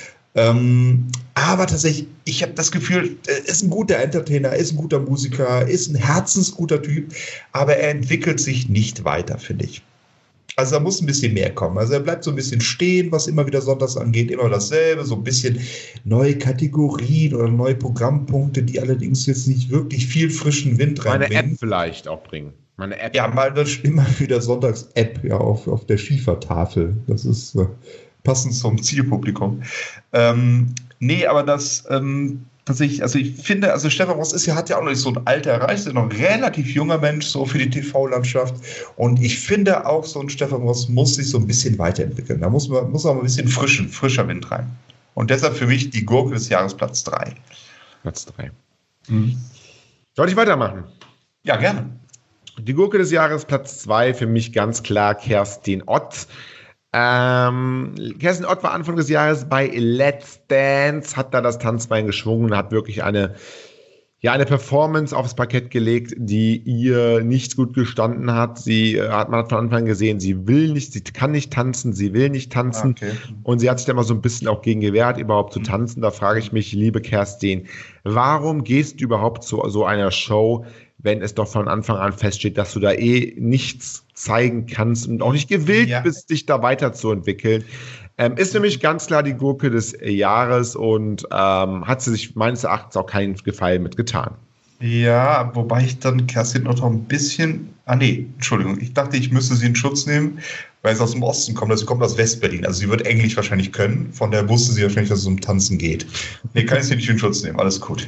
[SPEAKER 3] Aber tatsächlich, ich habe das Gefühl, er ist ein guter Entertainer, er ist ein guter Musiker, ist ein herzensguter Typ, aber er entwickelt sich nicht weiter, finde ich. Also da muss ein bisschen mehr kommen. Also er bleibt so ein bisschen stehen, was immer wieder sonntags angeht, immer dasselbe, so ein bisschen neue Kategorien oder neue Programmpunkte, die allerdings jetzt nicht wirklich viel frischen Wind reinbringen.
[SPEAKER 2] Meine App vielleicht auch bringen. Meine App.
[SPEAKER 3] Ja, mal immer wieder Sonntags-App ja, auf der Schiefertafel. Das ist passend zum Zielpublikum. Nee, aber das tatsächlich, also ich finde, also Stefan Ross hat ja auch noch nicht so ein Alter erreicht, ist noch ein relativ junger Mensch, so für die TV-Landschaft. Und ich finde auch, so ein Stefan Ross muss sich so ein bisschen weiterentwickeln. Da muss auch ein bisschen frischer Wind rein. Und deshalb für mich die Gurke des Jahres Platz 3.
[SPEAKER 2] Platz 3. Soll ich weitermachen?
[SPEAKER 3] Ja, gerne.
[SPEAKER 2] Die Gurke des Jahres Platz 2 für mich ganz klar Kerstin Ott. Kerstin Ott war Anfang des Jahres bei Let's Dance, hat da das Tanzbein geschwungen, hat wirklich eine Performance aufs Parkett gelegt, die ihr nicht gut gestanden hat. Man hat von Anfang an gesehen, sie kann nicht tanzen, sie will nicht tanzen. Okay. Und sie hat sich da mal so ein bisschen auch gegen gewehrt, überhaupt zu tanzen. Da frage ich mich, liebe Kerstin, warum gehst du überhaupt zu so einer Show, wenn es doch von Anfang an feststeht, dass du da nichts zeigen kannst und auch nicht gewillt bist, dich da weiterzuentwickeln. Ist für mich ganz klar die Gurke des Jahres und hat sie sich meines Erachtens auch keinen Gefallen mit getan.
[SPEAKER 3] Ja, wobei ich dann Kerstin noch ein bisschen... Entschuldigung, ich dachte, ich müsste sie in Schutz nehmen, weil sie aus dem Osten kommt. Also sie kommt aus Westberlin, also sie wird Englisch wahrscheinlich können. Von daher wusste sie wahrscheinlich, dass es um Tanzen geht. Nee, kann ich sie nicht in Schutz nehmen. Alles gut.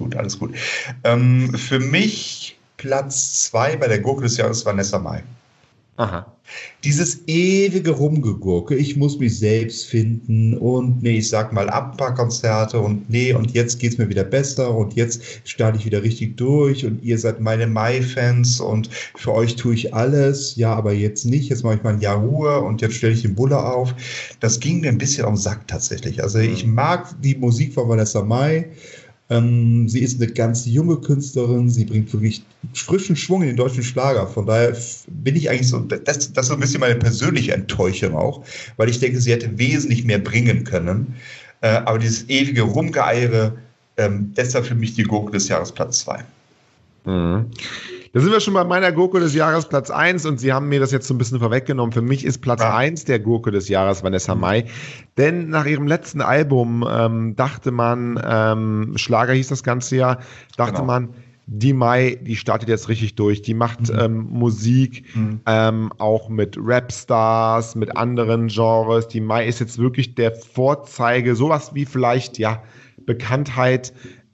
[SPEAKER 3] Für mich Platz 2 bei der Gurke des Jahres Vanessa Mai.
[SPEAKER 2] Aha.
[SPEAKER 3] Dieses ewige Rumgegurke, ich muss mich selbst finden und ich sag mal Abpackkonzerte und und jetzt geht's mir wieder besser und jetzt starte ich wieder richtig durch und ihr seid meine Mai-Fans und für euch tue ich alles, ja, aber jetzt nicht, jetzt mache ich mal ein Jahr Ruhe und jetzt stelle ich den Bulle auf. Das ging mir ein bisschen auf den Sack tatsächlich. Also ich mag die Musik von Vanessa Mai. Sie ist eine ganz junge Künstlerin, sie bringt wirklich frischen Schwung in den deutschen Schlager. Von daher bin ich eigentlich so, das ist so ein bisschen meine persönliche Enttäuschung auch, weil ich denke, sie hätte wesentlich mehr bringen können. Aber dieses ewige Rumgeeire, deshalb für mich die Gurke des Jahres Platz 2.
[SPEAKER 2] Mhm. Da sind wir schon bei meiner Gurke des Jahres Platz 1 und Sie haben mir das jetzt so ein bisschen vorweggenommen. Für mich ist Platz 1 der Gurke des Jahres Vanessa Mai. Denn nach ihrem letzten Album dachte man, Schlager hieß das ganze Jahr, man, die Mai, die startet jetzt richtig durch. Die macht Musik, auch mit Rapstars, mit anderen Genres. Die Mai ist jetzt wirklich der Vorzeige, sowas wie vielleicht, Bekanntheit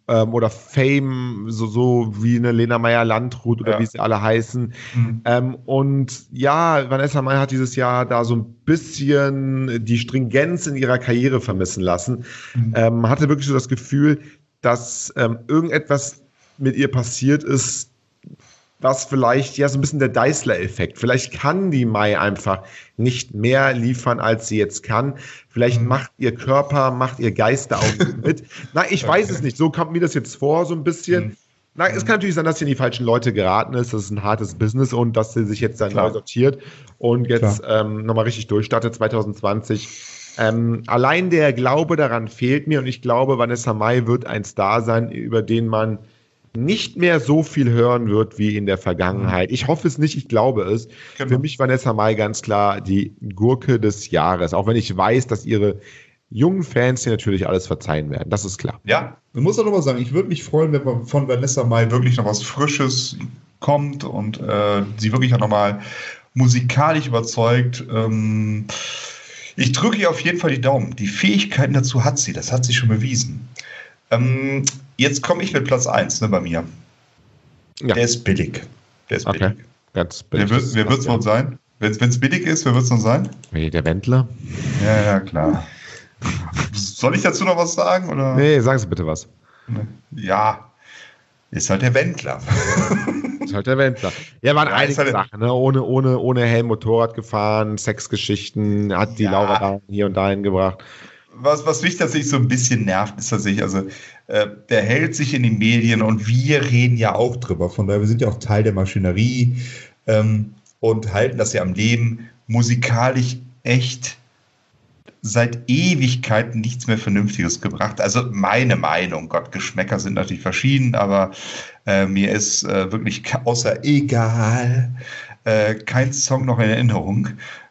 [SPEAKER 2] oder Fame, so wie eine Lena Meyer-Landrut oder wie sie alle heißen. Und ja, Vanessa Mai hat dieses Jahr da so ein bisschen die Stringenz in ihrer Karriere vermissen lassen. Hatte wirklich so das Gefühl, dass irgendetwas mit ihr passiert ist, was vielleicht ja so ein bisschen der Deißler-Effekt. Vielleicht kann die Mai einfach nicht mehr liefern, als sie jetzt kann. Vielleicht macht ihr Körper, macht ihr Geist da auch nicht mit. Na, ich weiß es nicht. So kommt mir das jetzt vor, so ein bisschen. Na, es kann natürlich sein, dass sie in die falschen Leute geraten ist. Das ist ein hartes Business und dass sie sich jetzt dann neu sortiert und jetzt nochmal richtig durchstartet 2020. Allein der Glaube daran fehlt mir und ich glaube, Vanessa Mai wird ein Star sein, über den man nicht mehr so viel hören wird wie in der Vergangenheit. Ich hoffe es nicht, ich glaube es. Genau. Für mich Vanessa Mai ganz klar die Gurke des Jahres, auch wenn ich weiß, dass ihre jungen Fans hier natürlich alles verzeihen werden. Das ist klar.
[SPEAKER 3] Ja, ich muss auch noch mal sagen, ich würde mich freuen, wenn von Vanessa Mai wirklich noch was Frisches kommt und sie wirklich auch noch mal musikalisch überzeugt. Ich drücke ihr auf jeden Fall die Daumen. Die Fähigkeiten dazu hat sie, das hat sie schon bewiesen. Jetzt komme ich mit Platz 1 bei mir. Ja. Der ist billig.
[SPEAKER 2] Okay. Ganz billig.
[SPEAKER 3] Wer wird es wohl sein? Wenn es billig ist, wer wird es noch sein?
[SPEAKER 2] Der Wendler.
[SPEAKER 3] Ja, klar. Soll ich dazu noch was sagen? Oder?
[SPEAKER 2] Nee, sagen Sie bitte was.
[SPEAKER 3] Ja, ist halt der Wendler.
[SPEAKER 2] Ist halt der Wendler. Ja, waren einige Sachen, ne? Ohne Helm Motorrad gefahren, Sexgeschichten, hat die Laura da hier und dahin gebracht.
[SPEAKER 3] Was mich tatsächlich so ein bisschen nervt, ist tatsächlich, also der hält sich in den Medien und wir reden ja auch drüber. Von daher, wir sind ja auch Teil der Maschinerie und halten das ja am Leben. Musikalisch echt seit Ewigkeiten nichts mehr Vernünftiges gebracht. Also meine Meinung, Gott, Geschmäcker sind natürlich verschieden, aber mir ist wirklich außer egal kein Song noch in Erinnerung.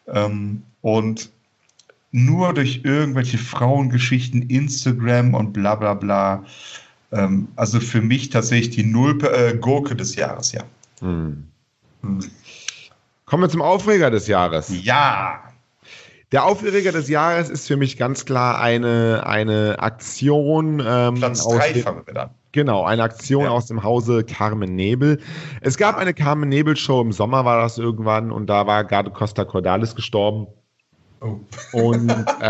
[SPEAKER 3] Und nur durch irgendwelche Frauengeschichten, Instagram und bla bla bla. Also für mich tatsächlich die Gurke des Jahres, ja.
[SPEAKER 2] Kommen wir zum Aufreger des Jahres.
[SPEAKER 3] Ja.
[SPEAKER 2] Der Aufreger des Jahres ist für mich ganz klar eine Aktion.
[SPEAKER 3] Platz 3 fangen wir an.
[SPEAKER 2] Genau, eine Aktion aus dem Hause Carmen Nebel. Es gab eine Carmen Nebel Show im Sommer, war das irgendwann, und da war gerade Costa Cordalis gestorben. Oh. Und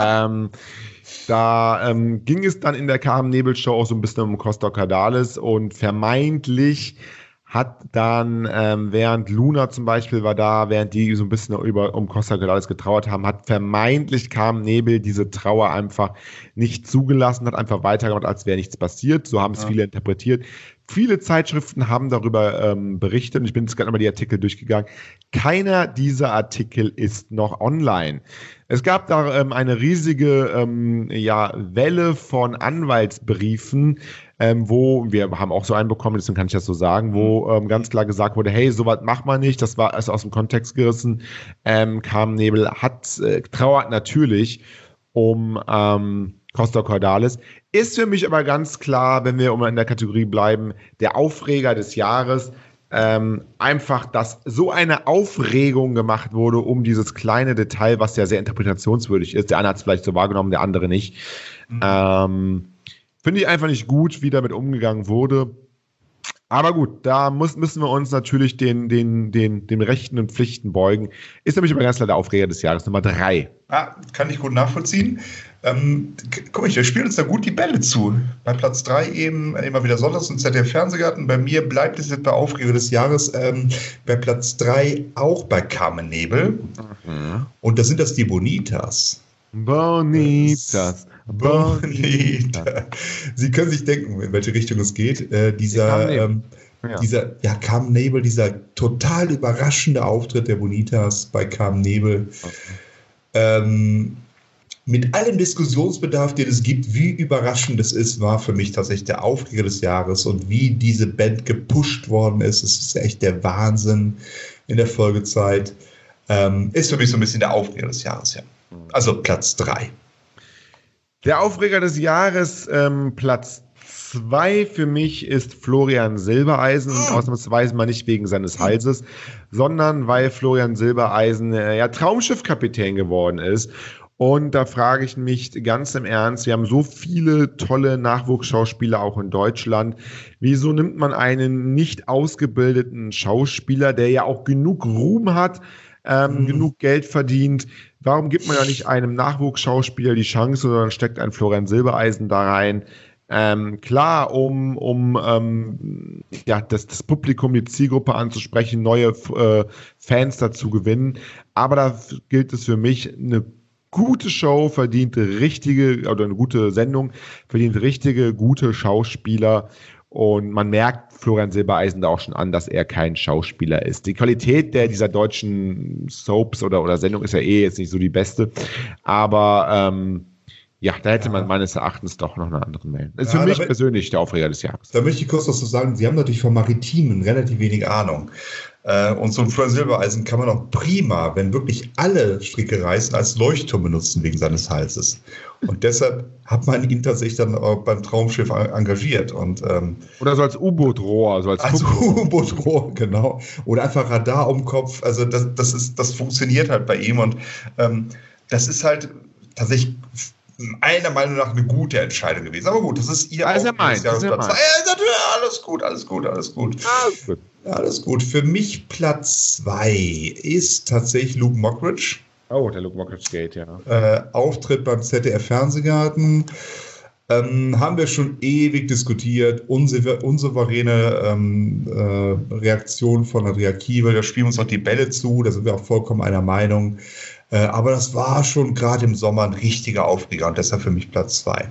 [SPEAKER 2] da ging es dann in der Carmen Nebel Show auch so ein bisschen um Costa Cordalis und vermeintlich hat dann, während Luna zum Beispiel war da, während die so ein bisschen um Costa Cordalis getrauert haben, hat vermeintlich Carmen Nebel diese Trauer einfach nicht zugelassen, hat einfach weitergemacht, als wäre nichts passiert. So haben es viele interpretiert. Viele Zeitschriften haben darüber berichtet und ich bin jetzt gerade mal die Artikel durchgegangen. Keiner dieser Artikel ist noch online. Es gab da eine riesige Welle von Anwaltsbriefen, wo, wir haben auch so einen bekommen, deswegen kann ich das so sagen, wo ganz klar gesagt wurde, hey, sowas macht man nicht, das war aus dem Kontext gerissen. Carmen Nebel trauert natürlich um Costa Cordalis. Ist für mich aber ganz klar, wenn wir in der Kategorie bleiben, der Aufreger des Jahres, einfach, dass so eine Aufregung gemacht wurde um dieses kleine Detail, was ja sehr interpretationswürdig ist. Der eine hat es vielleicht so wahrgenommen, der andere nicht. Finde ich einfach nicht gut, wie damit umgegangen wurde. Aber gut, da müssen wir uns natürlich den Rechten und Pflichten beugen. Ist nämlich aber ganz klar der Aufreger des Jahres, Nummer 3.
[SPEAKER 3] Kann ich gut nachvollziehen. Guck mal, wir spielen uns da gut die Bälle zu. Bei Platz 3 eben immer wieder sonntags im ZDF-Fernsehgarten. Bei mir bleibt es jetzt bei Aufreger des Jahres. Bei Platz 3 auch bei Carmen Nebel. Und da sind das die Bonitas.
[SPEAKER 2] Bonita.
[SPEAKER 3] Sie können sich denken, in welche Richtung es geht. Carmen Nebel, dieser total überraschende Auftritt der Bonitas bei Carmen Nebel. Mit allem Diskussionsbedarf, den es gibt, wie überraschend es ist, war für mich tatsächlich der Aufreger des Jahres und wie diese Band gepusht worden ist. Es ist echt der Wahnsinn in der Folgezeit. Ist für mich so ein bisschen der Aufreger des Jahres, ja. Also Platz 3.
[SPEAKER 2] Der Aufreger des Jahres, Platz 2 für mich ist Florian Silbereisen, ausnahmsweise mal nicht wegen seines Halses, sondern weil Florian Silbereisen Traumschiffkapitän geworden ist. Und da frage ich mich ganz im Ernst, wir haben so viele tolle Nachwuchsschauspieler auch in Deutschland. Wieso nimmt man einen nicht ausgebildeten Schauspieler, der ja auch genug Ruhm hat, genug Geld verdient? Warum gibt man ja nicht einem Nachwuchsschauspieler die Chance, sondern steckt ein Florian Silbereisen da rein? Klar, um das Publikum, die Zielgruppe anzusprechen, neue Fans dazu gewinnen. Aber da gilt es für mich, eine gute Show verdient oder eine gute Sendung verdient gute Schauspieler. Und man merkt Florian Silbereisen da auch schon an, dass er kein Schauspieler ist. Die Qualität dieser deutschen Soaps oder Sendung ist ja jetzt nicht so die beste. Aber da hätte man meines Erachtens doch noch eine andere melden. Das ist für mich persönlich der Aufreger des Jahres.
[SPEAKER 3] Da möchte ich kurz was zu sagen. Sie haben natürlich vom Maritimen relativ wenig Ahnung. Und so ein Florian Silbereisen kann man auch prima, wenn wirklich alle Stricke reißen, als Leuchtturm benutzen wegen seines Halses. Und deshalb hat man ihn tatsächlich dann auch beim Traumschiff engagiert.
[SPEAKER 2] Oder so als U-Boot-Rohr.
[SPEAKER 3] Als U-Boot-Rohr, genau. Oder einfach Radar um den Kopf. Also das funktioniert halt bei ihm. Und das ist halt tatsächlich meiner Meinung nach eine gute Entscheidung gewesen. Aber gut, das ist ihr
[SPEAKER 2] Alles gut.
[SPEAKER 3] Alles gut. Für mich Platz 2 ist tatsächlich Luke Mockridge.
[SPEAKER 2] Oh, der Luke Mockridge geht, ja.
[SPEAKER 3] Auftritt beim ZDF-Fernsehgarten. Haben wir schon ewig diskutiert. Unsouveräne Reaktion von Andrea Kiewel. Da spielen uns auch die Bälle zu. Da sind wir auch vollkommen einer Meinung. Aber das war schon gerade im Sommer ein richtiger Aufreger und deshalb für mich Platz 2.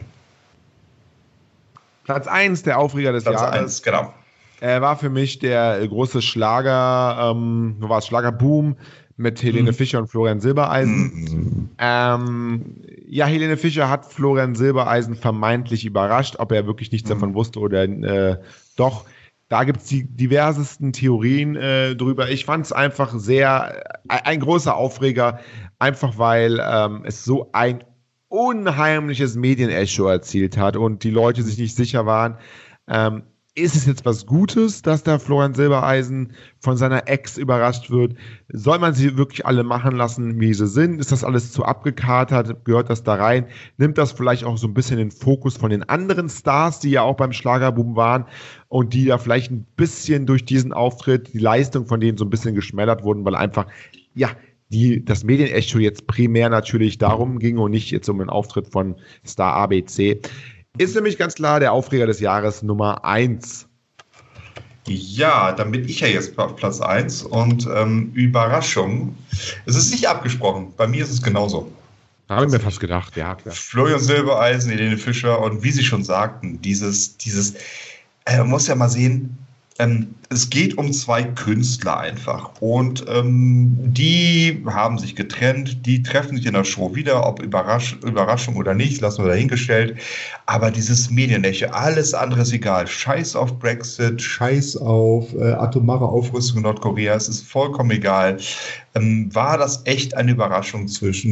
[SPEAKER 2] Platz 1 der Aufreger des Jahres.
[SPEAKER 3] Platz 1, genau.
[SPEAKER 2] War für mich der große Schlagerboom mit Helene Fischer und Florian Silbereisen. Helene Fischer hat Florian Silbereisen vermeintlich überrascht, ob er wirklich nichts davon wusste oder doch. Da gibt es die diversesten Theorien drüber. Ich fand es einfach ein großer Aufreger, einfach weil es so ein unheimliches Medienecho erzielt hat und die Leute sich nicht sicher waren, ist es jetzt was Gutes, dass der Florian Silbereisen von seiner Ex überrascht wird? Soll man sie wirklich alle machen lassen, wie sie sind? Ist das alles zu abgekatert? Gehört das da rein? Nimmt das vielleicht auch so ein bisschen den Fokus von den anderen Stars, die ja auch beim Schlagerboom waren und die da vielleicht ein bisschen durch diesen Auftritt, die Leistung von denen so ein bisschen geschmälert wurden, weil einfach, das Medienecho jetzt primär natürlich darum ging und nicht jetzt um den Auftritt von Star ABC. Ist nämlich ganz klar der Aufreger des Jahres Nummer 1.
[SPEAKER 3] Ja, dann bin ich ja jetzt auf Platz 1 und Überraschung. Es ist nicht abgesprochen. Bei mir ist es genauso.
[SPEAKER 2] Habe ich mir fast gedacht, ja, klar.
[SPEAKER 3] Florian Silbereisen, Helene Fischer und wie Sie schon sagten, man muss ja mal sehen, es geht um zwei Künstler einfach und die haben sich getrennt, die treffen sich in der Show wieder, ob Überraschung oder nicht, lassen wir dahingestellt, aber dieses Medienecho, alles andere ist egal, scheiß auf Brexit, scheiß auf atomare Aufrüstung in Nordkorea, es ist vollkommen egal. War das echt eine Überraschung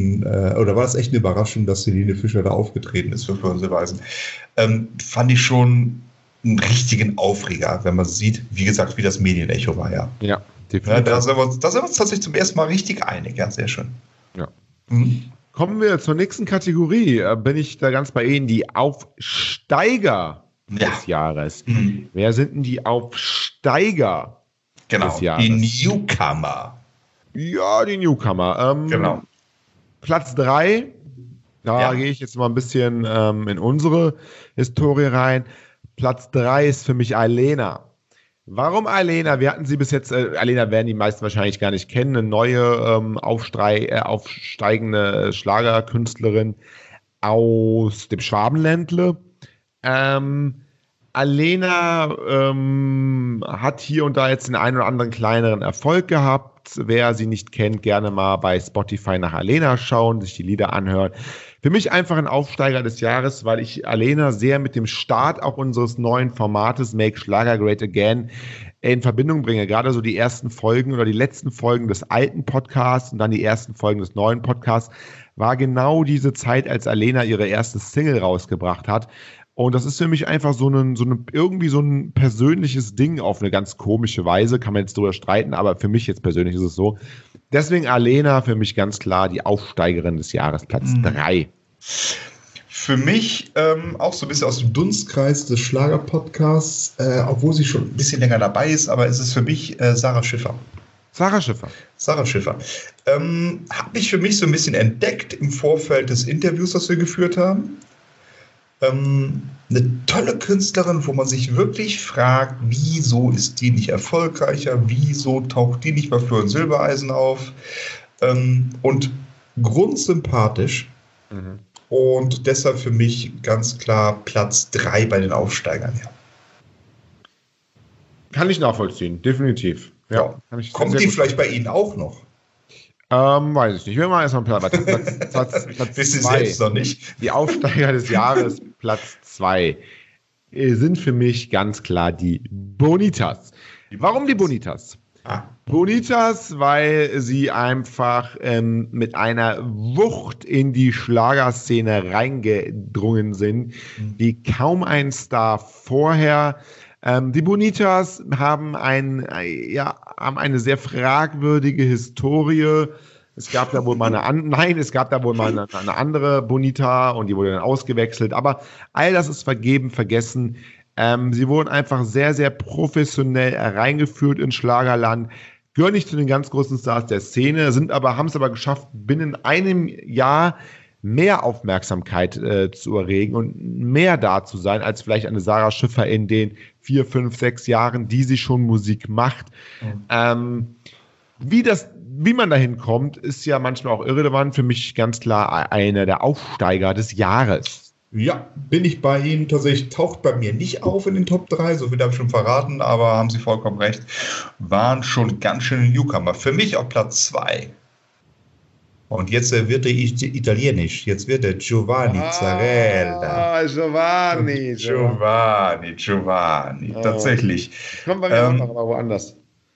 [SPEAKER 3] dass Helene Fischer da aufgetreten ist für Florian Silbereisen? Fand ich schon einen richtigen Aufreger, wenn man sieht, wie gesagt, wie das Medienecho war, ja.
[SPEAKER 2] Ja, definitiv.
[SPEAKER 3] Da sind wir uns tatsächlich zum ersten Mal richtig einig, ja, sehr schön.
[SPEAKER 2] Ja. Kommen wir zur nächsten Kategorie. Bin ich da ganz bei Ihnen, die Aufsteiger des Jahres. Wer sind denn die Aufsteiger des Jahres?
[SPEAKER 3] Die Newcomer.
[SPEAKER 2] Ja, die Newcomer.
[SPEAKER 3] Genau.
[SPEAKER 2] Platz 3, da gehe ich jetzt mal ein bisschen in unsere Historie rein. Platz 3 ist für mich Alena. Warum Alena? Wir hatten sie bis jetzt, Alena werden die meisten wahrscheinlich gar nicht kennen, eine neue aufsteigende Schlagerkünstlerin aus dem Schwabenländle. Alena hat hier und da jetzt den einen oder anderen kleineren Erfolg gehabt. Wer sie nicht kennt, gerne mal bei Spotify nach Alena schauen, sich die Lieder anhören. Für mich einfach ein Aufsteiger des Jahres, weil ich Alena sehr mit dem Start auch unseres neuen Formates Make Schlager Great Again in Verbindung bringe. Gerade so die ersten Folgen oder die letzten Folgen des alten Podcasts und dann die ersten Folgen des neuen Podcasts war genau diese Zeit, als Alena ihre erste Single rausgebracht hat. Und das ist für mich einfach irgendwie so ein persönliches Ding auf eine ganz komische Weise. Kann man jetzt drüber streiten, aber für mich jetzt persönlich ist es so. Deswegen Alena für mich ganz klar die Aufsteigerin des Jahres, Platz 3.
[SPEAKER 3] Für mich auch so ein bisschen aus dem Dunstkreis des Schlager-Podcasts, obwohl sie schon ein bisschen länger dabei ist, aber es ist für mich Sarah Schiffer.
[SPEAKER 2] Sarah Schiffer.
[SPEAKER 3] Habe ich für mich so ein bisschen entdeckt im Vorfeld des Interviews, das wir geführt haben. Eine tolle Künstlerin, wo man sich wirklich fragt, wieso ist die nicht erfolgreicher, wieso taucht die nicht bei Florian Silbereisen auf, und grundsympathisch, und deshalb für mich ganz klar Platz 3 bei den Aufsteigern. Ja.
[SPEAKER 2] Kann ich nachvollziehen, definitiv. Ja.
[SPEAKER 3] Kommt die vielleicht bei Ihnen auch noch?
[SPEAKER 2] Weiß ich nicht. Wir machen erstmal Platz
[SPEAKER 3] Wissen Sie selbst noch nicht?
[SPEAKER 2] Die Aufsteiger des Jahres, Platz 2, sind für mich ganz klar die Bonitas. Warum die Bonitas? Bonitas, weil sie einfach mit einer Wucht in die Schlagerszene reingedrungen sind, wie kaum ein Star vorher. Die Bonitas haben eine sehr fragwürdige Historie. Es gab da wohl mal eine andere Bonita und die wurde dann ausgewechselt. Aber all das ist vergessen. Sie wurden einfach sehr, sehr professionell reingeführt ins Schlagerland. Gehören nicht zu den ganz großen Stars der Szene, haben es aber geschafft, binnen einem Jahr mehr Aufmerksamkeit zu erregen und mehr da zu sein, als vielleicht eine Sarah Schiffer in den 4, 5, 6 Jahren, die sie schon Musik macht. Wie man dahin kommt, ist ja manchmal auch irrelevant. Für mich ganz klar einer der Aufsteiger des Jahres.
[SPEAKER 3] Ja, bin ich bei Ihnen. Tatsächlich taucht bei mir nicht auf in den Top 3, so viel habe ich schon verraten, aber haben Sie vollkommen recht, waren schon ganz schöne Newcomer. Für mich auf Platz 2. Und jetzt wird er italienisch. Jetzt wird er Giovanni Zarella. Giovanni. Tatsächlich.
[SPEAKER 2] Kommt bei mir noch, aber woanders.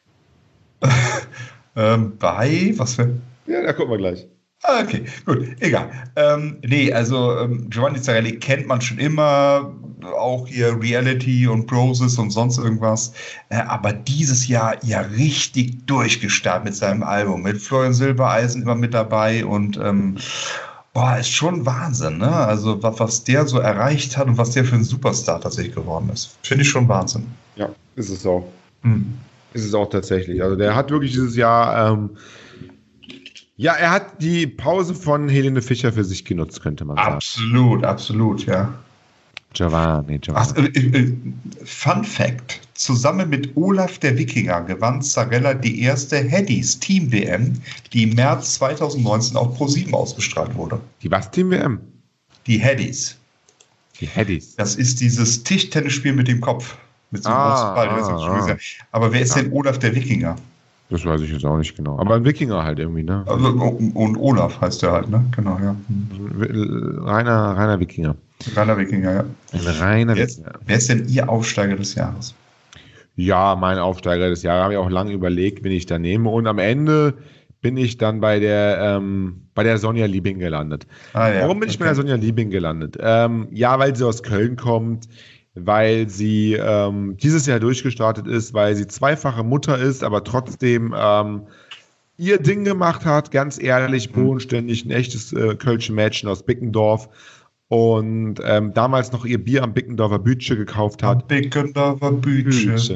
[SPEAKER 3] Bei, was für...
[SPEAKER 2] Ja, da gucken wir gleich.
[SPEAKER 3] Okay, gut, egal. Giovanni Zarelli kennt man schon immer, auch hier Reality und Broses und sonst irgendwas. Aber dieses Jahr ja richtig durchgestartet mit seinem Album. Mit Florian Silbereisen immer mit dabei und ist schon Wahnsinn, ne? Also was der so erreicht hat und was der für ein Superstar tatsächlich geworden ist. Finde ich schon Wahnsinn.
[SPEAKER 2] Ja, ist es auch. Ist es auch tatsächlich. Also der hat wirklich dieses Jahr... er hat die Pause von Helene Fischer für sich genutzt, könnte man sagen.
[SPEAKER 3] Absolut, ja.
[SPEAKER 2] Giovanni.
[SPEAKER 3] Fun Fact: Zusammen mit Olaf der Wikinger gewann Zarella die erste Headies Team WM, die im März 2019 auf ProSieben ausgestrahlt wurde.
[SPEAKER 2] Die was Team WM?
[SPEAKER 3] Die Headies. Das ist dieses Tischtennisspiel mit dem Kopf. Mit so einem großen Ball. Aber wer ist denn Olaf der Wikinger?
[SPEAKER 2] Das weiß ich jetzt auch nicht genau. Aber ein Wikinger halt irgendwie, ne?
[SPEAKER 3] Und Olaf heißt der halt, ne? Genau, ja.
[SPEAKER 2] Reiner Wikinger.
[SPEAKER 3] Reiner Wikinger, ja.
[SPEAKER 2] Ein reiner Wikinger.
[SPEAKER 3] Wer ist denn Ihr Aufsteiger des Jahres?
[SPEAKER 2] Ja, mein Aufsteiger des Jahres. Habe ich auch lange überlegt, wen ich da nehme. Und am Ende bin ich dann bei der Sonja Liebing gelandet. Warum bin ich bei der Sonja Liebing gelandet? Weil sie aus Köln kommt, weil sie dieses Jahr durchgestartet ist, weil sie zweifache Mutter ist, aber trotzdem ihr Ding gemacht hat, ganz ehrlich, bodenständig, ein echtes Kölsche Mädchen aus Bickendorf und damals noch ihr Bier am Bickendorfer Bütche gekauft hat.
[SPEAKER 3] Bickendorfer Bütche.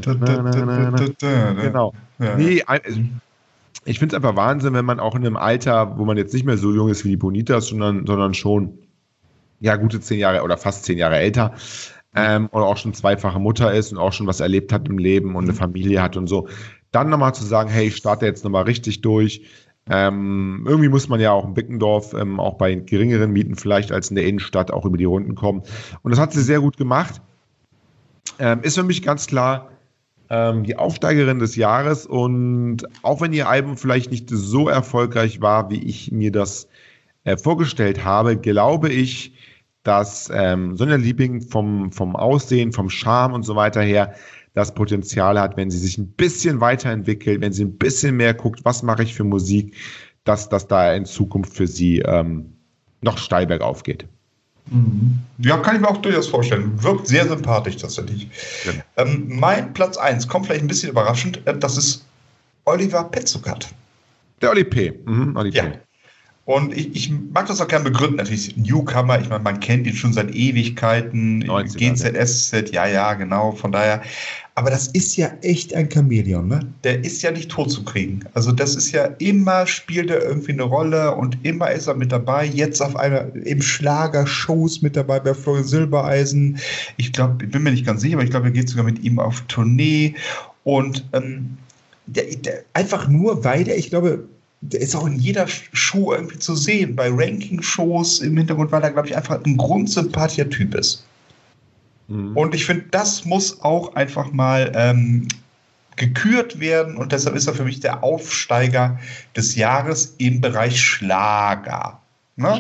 [SPEAKER 2] Genau. Ja. Nee, ich finde es einfach Wahnsinn, wenn man auch in einem Alter, wo man jetzt nicht mehr so jung ist wie die Bonitas, sondern schon gute 10 Jahre oder fast 10 Jahre älter, oder auch schon zweifache Mutter ist und auch schon was erlebt hat im Leben und eine Familie hat und so, dann nochmal zu sagen, hey, ich starte jetzt nochmal richtig durch. Irgendwie muss man ja auch in Bickendorf auch bei geringeren Mieten vielleicht als in der Innenstadt auch über die Runden kommen. Und das hat sie sehr gut gemacht. Ist für mich ganz klar die Aufsteigerin des Jahres. Und auch wenn ihr Album vielleicht nicht so erfolgreich war, wie ich mir das vorgestellt habe, glaube ich, dass Sonja Liebing vom Aussehen, vom Charme und so weiter her das Potenzial hat, wenn sie sich ein bisschen weiterentwickelt, wenn sie ein bisschen mehr guckt, was mache ich für Musik, dass das da in Zukunft für sie noch steil bergauf geht.
[SPEAKER 3] Ja, kann ich mir auch durchaus vorstellen. Wirkt sehr sympathisch tatsächlich. Ja. Mein Platz 1 kommt vielleicht ein bisschen überraschend. Das ist Oliver Petzokat.
[SPEAKER 2] Der Oli P. Oli P.
[SPEAKER 3] Ja. Und ich mag das auch gerne begründen. Natürlich Newcomer, ich meine, man kennt ihn schon seit Ewigkeiten.
[SPEAKER 2] 90er,
[SPEAKER 3] GZSZ, ja, genau, von daher. Aber das ist ja echt ein Chamäleon, ne? Der ist ja nicht tot zu kriegen. Also das ist ja immer, spielt er irgendwie eine Rolle und immer ist er mit dabei. Jetzt auf einmal im Schlagershows mit dabei bei Florian Silbereisen. Ich glaube, ich bin mir nicht ganz sicher, aber ich glaube, er geht sogar mit ihm auf Tournee. Und einfach nur, weil ich glaube, der ist auch in jeder Show irgendwie zu sehen, bei Ranking-Shows im Hintergrund, weil er, glaube ich, einfach ein grundsympathischer Typ ist. Und ich finde, das muss auch einfach mal gekürt werden und deshalb ist er für mich der Aufsteiger des Jahres im Bereich Schlager. Ne?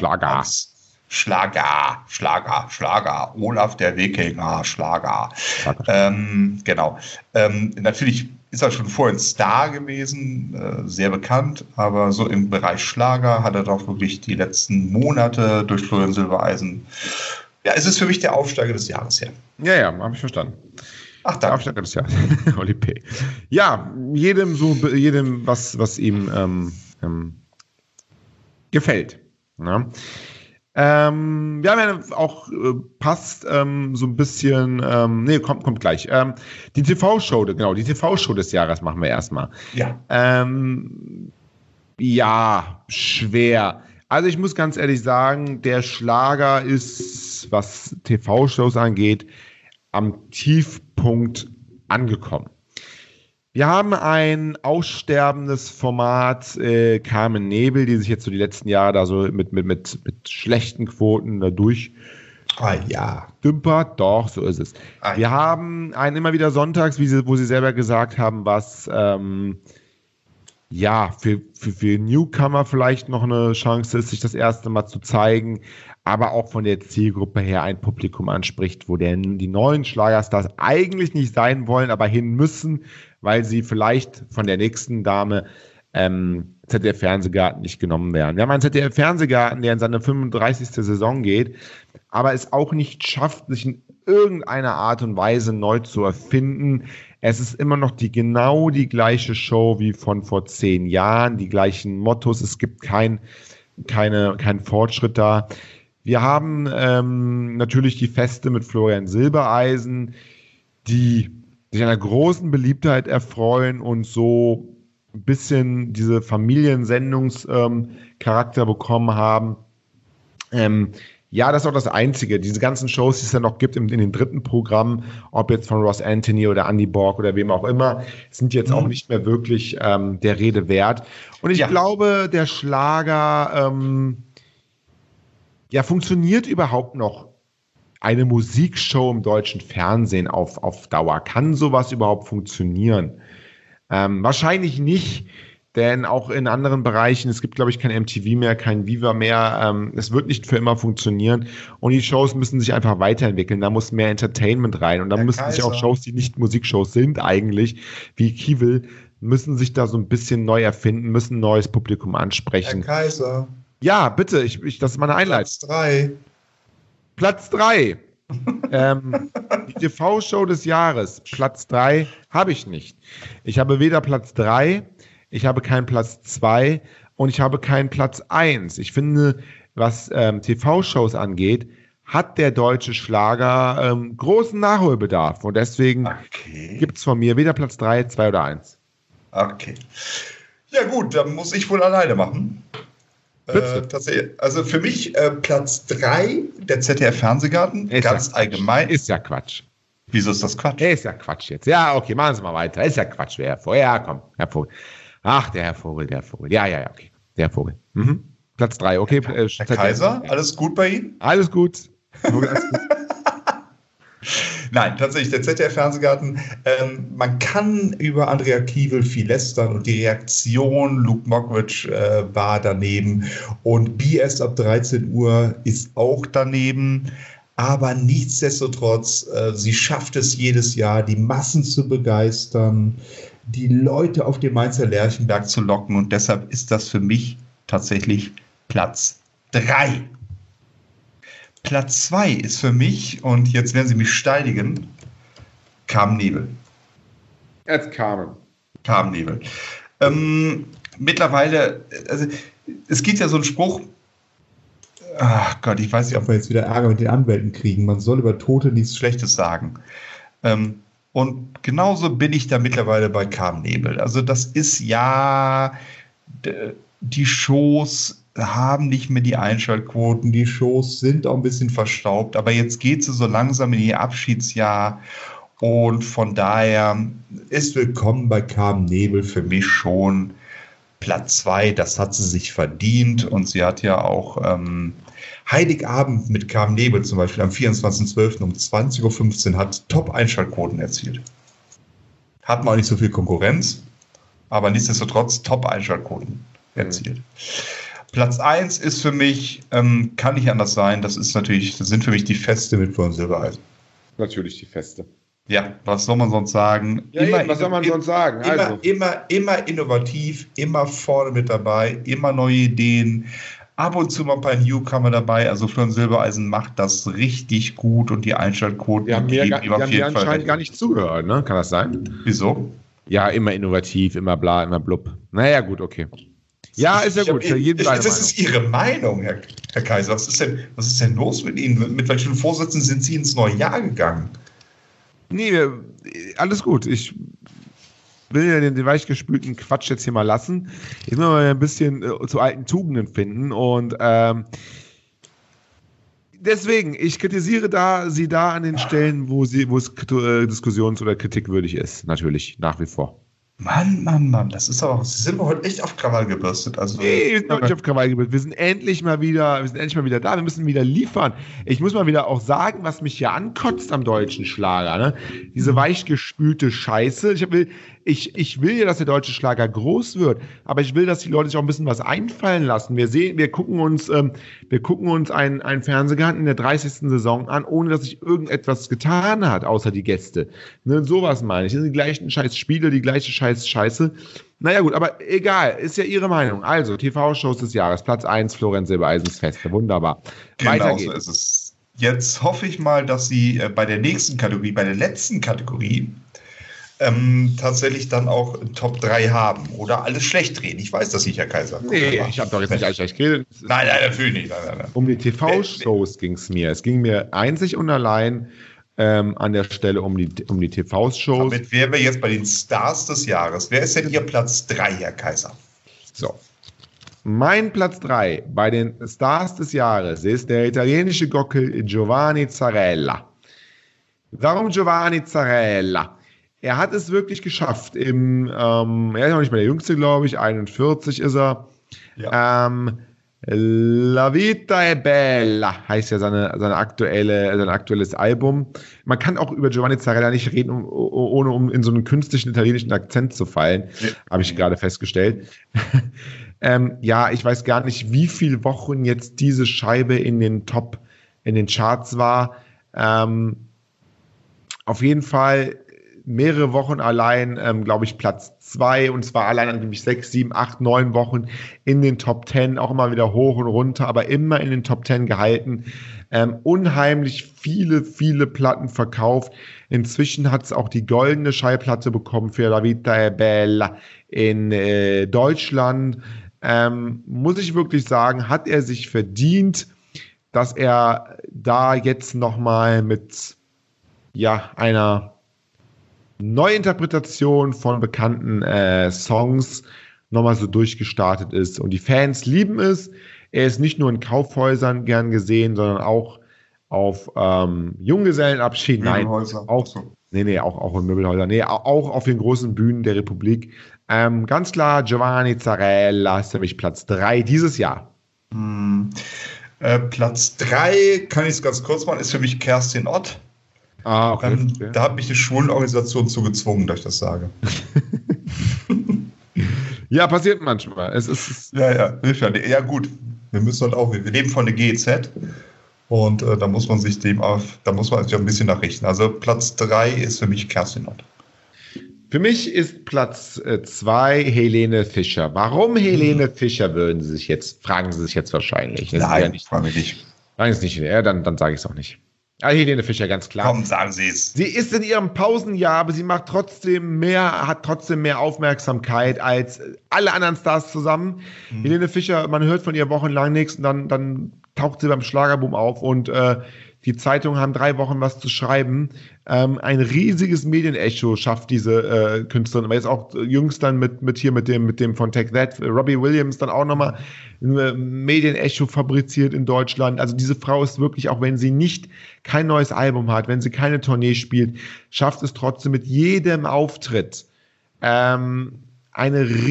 [SPEAKER 3] Schlager. Olaf der Wikinger, Schlager. Genau. Natürlich ist er schon vorher ein Star gewesen, sehr bekannt, aber so im Bereich Schlager hat er doch wirklich die letzten Monate durch Florian Silbereisen. Ja, es ist für mich der Aufsteiger des Jahres, ja.
[SPEAKER 2] Ja, habe ich verstanden.
[SPEAKER 3] Ach, danke.
[SPEAKER 2] Der Aufsteiger des Jahres. Oli P. Ja, jedem, was ihm gefällt. Ne? Wir haben ja auch passt so ein bisschen, kommt gleich. Die TV-Show, genau, die TV-Show des Jahres machen wir erstmal.
[SPEAKER 3] Ja.
[SPEAKER 2] Ja, schwer. Also ich muss ganz ehrlich sagen, der Schlager ist, was TV-Shows angeht, am Tiefpunkt angekommen. Wir haben ein aussterbendes Format, Carmen Nebel, die sich jetzt so die letzten Jahre da so mit schlechten Quoten da dümpert. Doch, so ist es. Wir haben einen immer wieder sonntags, wo sie selber gesagt haben, was für Newcomer vielleicht noch eine Chance ist, sich das erste Mal zu zeigen, aber auch von der Zielgruppe her ein Publikum anspricht, wo die neuen Schlagerstars eigentlich nicht sein wollen, aber hin müssen, weil sie vielleicht von der nächsten Dame ZDF-Fernsehgarten nicht genommen werden. Wir haben einen ZDF-Fernsehgarten, der in seine 35. Saison geht, aber es auch nicht schafft, sich in irgendeiner Art und Weise neu zu erfinden. Es ist immer noch genau die gleiche Show wie von vor 10 Jahren, die gleichen Mottos. Es gibt keinen Fortschritt da. Wir haben natürlich die Feste mit Florian Silbereisen, die sich einer großen Beliebtheit erfreuen und so ein bisschen diese Familiensendungscharakter bekommen haben. Ja, das ist auch das Einzige. Diese ganzen Shows, die es ja noch gibt in den dritten Programmen, ob jetzt von Ross Anthony oder Andy Borg oder wem auch immer, sind jetzt auch nicht mehr wirklich der Rede wert. Und ich glaube, der Schlager funktioniert überhaupt noch eine Musikshow im deutschen Fernsehen auf Dauer? Kann sowas überhaupt funktionieren? Wahrscheinlich nicht. Denn auch in anderen Bereichen, es gibt, glaube ich, kein MTV mehr, kein Viva mehr, es wird nicht für immer funktionieren und die Shows müssen sich einfach weiterentwickeln, da muss mehr Entertainment rein und da müssen sich auch Shows, die nicht Musikshows sind eigentlich, wie Kiewel, müssen sich da so ein bisschen neu erfinden, müssen ein neues Publikum ansprechen.
[SPEAKER 3] Herr Kaiser.
[SPEAKER 2] Ja, bitte, das ist meine Einleitung. Platz 3. Die TV-Show des Jahres, Platz 3, habe ich nicht. Ich habe weder Platz 3, ich habe keinen Platz 2 und ich habe keinen Platz 1. Ich finde, was TV-Shows angeht, hat der deutsche Schlager großen Nachholbedarf. Und deswegen gibt es von mir weder Platz 3, 2 oder 1.
[SPEAKER 3] Okay. Ja gut, dann muss ich wohl alleine machen. Also für mich Platz 3, der ZDF-Fernsehgarten, ganz allgemein.
[SPEAKER 2] Ist ja Quatsch.
[SPEAKER 3] Wieso ist das Quatsch?
[SPEAKER 2] Ist ja Quatsch jetzt. Ja, okay, machen Sie mal weiter. Ist ja Quatsch, wer Herr Vogel. Ja, komm, Herr Vogel. Ach, der Herr Vogel. Ja, okay. Der Vogel. Platz 3, okay.
[SPEAKER 3] Herr Kaiser, alles gut bei Ihnen?
[SPEAKER 2] Alles gut.
[SPEAKER 3] Nein, tatsächlich, der ZDF-Fernsehgarten, man kann über Andrea Kiewel viel lästern und die Reaktion, Luke Mockridge war daneben und BS ab 13 Uhr ist auch daneben. Aber nichtsdestotrotz, sie schafft es jedes Jahr, die Massen zu begeistern, die Leute auf den Mainzer Lerchenberg zu locken. Und deshalb ist das für mich tatsächlich Platz 3. Platz 2 ist für mich, und jetzt werden Sie mich steinigen, Carmen Nebel.
[SPEAKER 2] Jetzt Carmen.
[SPEAKER 3] Carmen Nebel. Mittlerweile, also es gibt ja so einen Spruch, ach Gott, ich weiß nicht, ob wir jetzt wieder Ärger mit den Anwälten kriegen, man soll über Tote nichts Schlechtes sagen. Und genauso bin ich da mittlerweile bei Carmen Nebel. Also das ist ja, die Shows haben nicht mehr die Einschaltquoten, die Shows sind auch ein bisschen verstaubt, aber jetzt geht sie so langsam in ihr Abschiedsjahr und von daher ist willkommen bei Carmen Nebel für mich schon Platz 2, das hat sie sich verdient und sie hat ja auch Heiligabend mit Carmen Nebel zum Beispiel am 24.12. um 20.15 Uhr hat Top-Einschaltquoten erzielt. Hat man auch nicht so viel Konkurrenz, aber nichtsdestotrotz Top-Einschaltquoten erzielt. Platz 1 ist für mich, kann nicht anders sein, das sind für mich die Feste mit Florian Silbereisen.
[SPEAKER 2] Natürlich die Feste.
[SPEAKER 3] Ja, was soll man sonst sagen?
[SPEAKER 2] Ja, was soll man sonst sagen?
[SPEAKER 3] Immer innovativ, immer vorne mit dabei, immer neue Ideen. Ab und zu mal ein paar Newcomer dabei. Also Florian Silbereisen macht das richtig gut und die Einschaltquoten
[SPEAKER 2] die haben mir anscheinend gar nicht zugehört, ne? Kann das sein?
[SPEAKER 3] Wieso?
[SPEAKER 2] Ja, immer innovativ, immer bla, immer blub. Naja, gut, okay. Ja, ist ja gut.
[SPEAKER 3] Das ist Ihre Meinung, Herr Kaiser. Was ist denn los mit Ihnen? Mit welchen Vorsätzen sind Sie ins neue Jahr gegangen?
[SPEAKER 2] Nee, alles gut. Ich will ja den weichgespülten Quatsch jetzt hier mal lassen. Ich will mal ein bisschen zu alten Tugenden finden und deswegen, ich kritisiere Sie da an den Stellen, wo es diskussions- oder kritikwürdig ist. Natürlich, nach wie vor.
[SPEAKER 3] Mann, das ist aber, Sie sind heute echt auf Krawall gebürstet. Also,
[SPEAKER 2] nee, wir sind noch nicht auf Krawall gebürstet. Wir sind endlich mal wieder da. Wir müssen wieder liefern. Ich muss mal wieder auch sagen, was mich hier ankotzt am deutschen Schlager, ne? Diese weichgespülte Scheiße. Ich will ja, dass der deutsche Schlager groß wird, aber ich will, dass die Leute sich auch ein bisschen was einfallen lassen. Wir gucken uns einen Fernsehgarten in der 30. Saison an, ohne dass sich irgendetwas getan hat, außer die Gäste. Ne, sowas meine ich. Das sind die gleichen scheiß Spiele, die gleiche Scheiße. Naja gut, aber egal, ist ja Ihre Meinung. Also, TV-Shows des Jahres, Platz 1, Florian Silbereisens Feste. Wunderbar.
[SPEAKER 3] Genau so ist es. Jetzt hoffe ich mal, dass Sie bei der letzten Kategorie, tatsächlich dann auch Top 3 haben oder alles schlecht reden. Ich weiß das nicht, Herr Kaiser.
[SPEAKER 2] Nee, ich habe doch jetzt nicht alles schlecht geredet.
[SPEAKER 3] Nein, natürlich nicht. Nein.
[SPEAKER 2] Um die TV-Shows ging es mir. Es ging mir einzig und allein an der Stelle um die TV-Shows.
[SPEAKER 3] Damit wären wir jetzt bei den Stars des Jahres. Wer ist denn hier Platz 3, Herr Kaiser?
[SPEAKER 2] So. Mein Platz 3 bei den Stars des Jahres ist der italienische Gockel Giovanni Zarella. Warum Giovanni Zarella? Er hat es wirklich geschafft. Er ist noch nicht mehr der Jüngste, glaube ich. 41 ist er. Ja. La Vita è Bella heißt ja sein aktuelles Album. Man kann auch über Giovanni Zarella nicht reden, ohne in so einen künstlichen italienischen Akzent zu fallen. Ja. Habe ich gerade festgestellt. Ja, ich weiß gar nicht, wie viele Wochen jetzt diese Scheibe in den Charts war. Auf jeden Fall mehrere Wochen allein, glaube ich, Platz 2 und zwar allein nämlich 6, 7, 8, 9 Wochen in den Top 10, auch immer wieder hoch und runter, aber immer in den Top 10 gehalten. Unheimlich viele Platten verkauft. Inzwischen hat es auch die goldene Schallplatte bekommen für La Vita è Bella in Deutschland. Muss ich wirklich sagen, hat er sich verdient, dass er da jetzt nochmal mit einer Neuinterpretation von bekannten Songs nochmal so durchgestartet ist. Und die Fans lieben es. Er ist nicht nur in Kaufhäusern gern gesehen, sondern auch auf Junggesellenabschieden. Nein, auch in Möbelhäusern. Nee, auch auf den großen Bühnen der Republik. Ganz klar, Giovanni Zarella ist nämlich Platz 3 dieses Jahr.
[SPEAKER 3] Platz 3, kann ich es ganz kurz machen, ist für mich Kerstin Ott.
[SPEAKER 2] Okay.
[SPEAKER 3] Da hat mich die Schwulenorganisation zu gezwungen, dass ich das sage.
[SPEAKER 2] Ja, passiert manchmal. Es ist
[SPEAKER 3] hilft ja. Ja gut, wir leben von der GEZ und da muss man sich ein bisschen nachrichten. Also Platz 3 ist für mich Kerstin Ott.
[SPEAKER 2] Für mich ist Platz 2 Helene Fischer. Warum Helene Fischer, fragen Sie sich jetzt wahrscheinlich.
[SPEAKER 3] Nein, frage ich nicht.
[SPEAKER 2] Nein, ist nicht. Ja, dann sage ich es auch nicht. Helene Fischer, ganz klar.
[SPEAKER 3] Komm, sagen Sie es.
[SPEAKER 2] Sie ist in ihrem Pausenjahr, aber sie macht hat trotzdem mehr Aufmerksamkeit als alle anderen Stars zusammen. Helene Fischer, man hört von ihr wochenlang nichts und dann taucht sie beim Schlagerboom auf und die Zeitungen haben 3 Wochen was zu schreiben. Ein riesiges Medienecho schafft diese Künstlerin. Aber jetzt auch jüngst dann mit dem von Take That, Robbie Williams dann auch nochmal ein Medienecho fabriziert in Deutschland. Also diese Frau ist wirklich, auch wenn sie kein neues Album hat, wenn sie keine Tournee spielt, schafft es trotzdem mit jedem Auftritt ein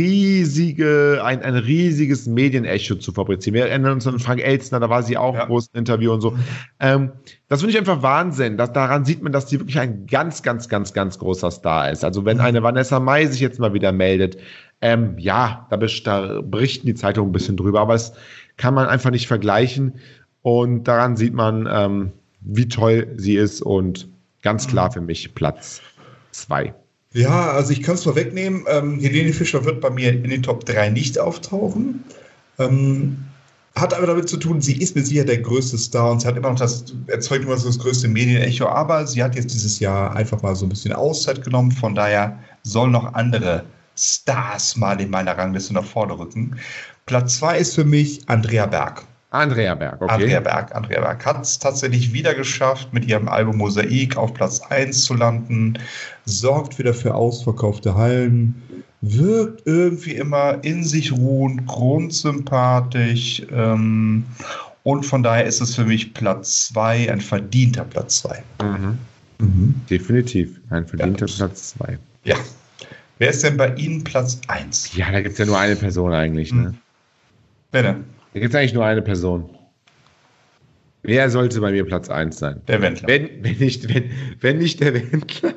[SPEAKER 2] riesiges Medienecho zu fabrizieren. Wir erinnern uns an Frank Elstner, da war sie auch im großen Interview und so. Das finde ich einfach Wahnsinn. Daran sieht man, dass sie wirklich ein ganz, ganz, ganz, ganz großer Star ist. Also wenn eine Vanessa Mai sich jetzt mal wieder meldet, da berichten die Zeitungen ein bisschen drüber, aber es kann man einfach nicht vergleichen. Und daran sieht man, wie toll sie ist und ganz klar für mich Platz 2.
[SPEAKER 3] Ja, also ich kann es vorwegnehmen, Helene Fischer wird bei mir in den Top 3 nicht auftauchen. Hat aber damit zu tun, sie ist mit Sicherheit der größte Star und sie hat immer noch erzeugt immer so das größte Medienecho, aber sie hat jetzt dieses Jahr einfach mal so ein bisschen Auszeit genommen, von daher sollen noch andere Stars mal in meiner Rangliste nach vorne rücken. Platz 2 ist für mich Andrea Berg.
[SPEAKER 2] Andrea Berg, okay.
[SPEAKER 3] Andrea Berg hat es tatsächlich wieder geschafft, mit ihrem Album Mosaik auf Platz 1 zu landen, sorgt wieder für ausverkaufte Hallen, wirkt irgendwie immer in sich ruhend, grundsympathisch und von daher ist es für mich Platz 2, ein verdienter Platz 2.
[SPEAKER 2] Definitiv, ein verdienter Platz 2.
[SPEAKER 3] Ja. Wer ist denn bei Ihnen Platz 1?
[SPEAKER 2] Ja, da gibt es ja nur eine Person eigentlich, ne?
[SPEAKER 3] Wer denn?
[SPEAKER 2] Da gibt es eigentlich nur eine Person. Wer sollte bei mir Platz 1 sein?
[SPEAKER 3] Der Wendler.
[SPEAKER 2] Wenn nicht der Wendler.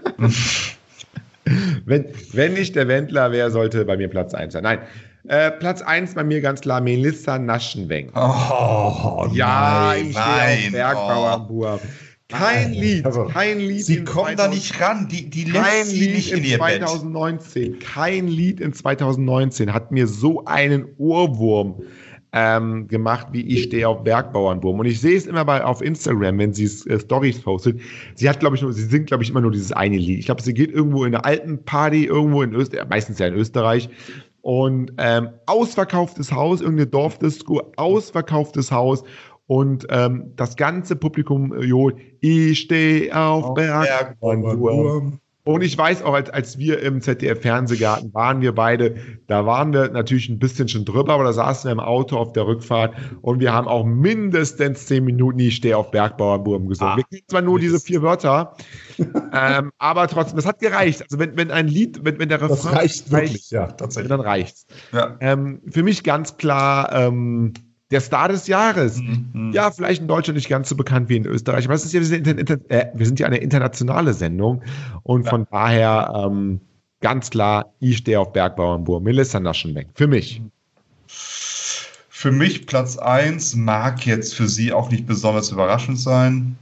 [SPEAKER 2] wenn nicht der Wendler, wer sollte bei mir Platz 1 sein? Nein. Platz 1 bei mir ganz klar Melissa Naschenweng.
[SPEAKER 3] Oh,
[SPEAKER 2] ja, ich stehe auf Bergbauernburg. Kein Lied.
[SPEAKER 3] Sie kommen da nicht ran. Die lässt sie nicht in ihr Bett.
[SPEAKER 2] Kein Lied in 2019 hat mir so einen Ohrwurm gemacht, wie ich stehe auf Bergbauernwurm. Und ich sehe es immer auf Instagram, wenn sie Stories postet. Sie singt, glaube ich, immer nur dieses eine Lied. Ich glaube, sie geht irgendwo in eine Alpenparty, irgendwo in Österreich, meistens ja in Österreich. Und ausverkauftes Haus, irgendeine Dorfdisco, ausverkauftes Haus. Und das ganze Publikum johlt, ich stehe auf Bergbauernwurm. Und ich weiß auch, als wir im ZDF-Fernsehgarten waren, da waren wir natürlich ein bisschen schon drüber, aber da saßen wir im Auto auf der Rückfahrt und wir haben auch mindestens 10 Minuten Ich stehe auf Bergbauernwurm gesungen. Wir kennen zwar nur diese 4 Wörter, aber trotzdem, das hat gereicht. Also wenn ein Lied, wenn der Refrain
[SPEAKER 3] reicht wirklich, ja, tatsächlich.
[SPEAKER 2] Dann reicht's.
[SPEAKER 3] Ja.
[SPEAKER 2] Für mich ganz klar der Star des Jahres. Ja, vielleicht in Deutschland nicht ganz so bekannt wie in Österreich, aber es ist ja, wir sind ja eine internationale Sendung und von daher ganz klar, ich stehe auf Bergbauernwurm. Melissa Naschenweng. Für mich.
[SPEAKER 3] Für mich Platz 1 mag jetzt für Sie auch nicht besonders überraschend sein.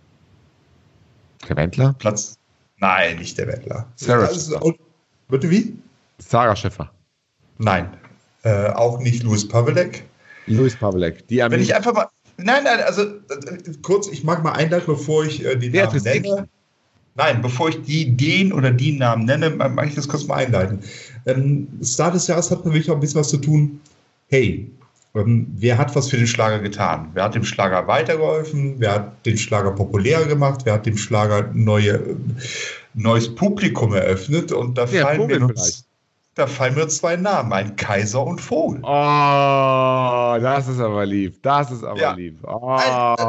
[SPEAKER 2] Der Wendler?
[SPEAKER 3] Nein, nicht der Wendler.
[SPEAKER 2] Sarah
[SPEAKER 3] Bitte wie?
[SPEAKER 2] Sarah Schäffer.
[SPEAKER 3] Nein, auch nicht Louis Pavelek.
[SPEAKER 2] Louis Pavelek.
[SPEAKER 3] Wenn ich einfach mal. Nein, also kurz, ich mag mal einleiten, bevor ich die Namen nenne. Nein, bevor ich den oder die Namen nenne, mag ich das kurz mal einleiten. Star des Jahres hat natürlich auch ein bisschen was zu tun. Hey, wer hat was für den Schlager getan? Wer hat dem Schlager weitergeholfen? Wer hat den Schlager populärer gemacht? Wer hat dem Schlager neues Publikum eröffnet? Und da fallen mir 2 Namen ein, Kaiser und Vogel.
[SPEAKER 2] Oh, das ist aber lieb. Lieb. Oh.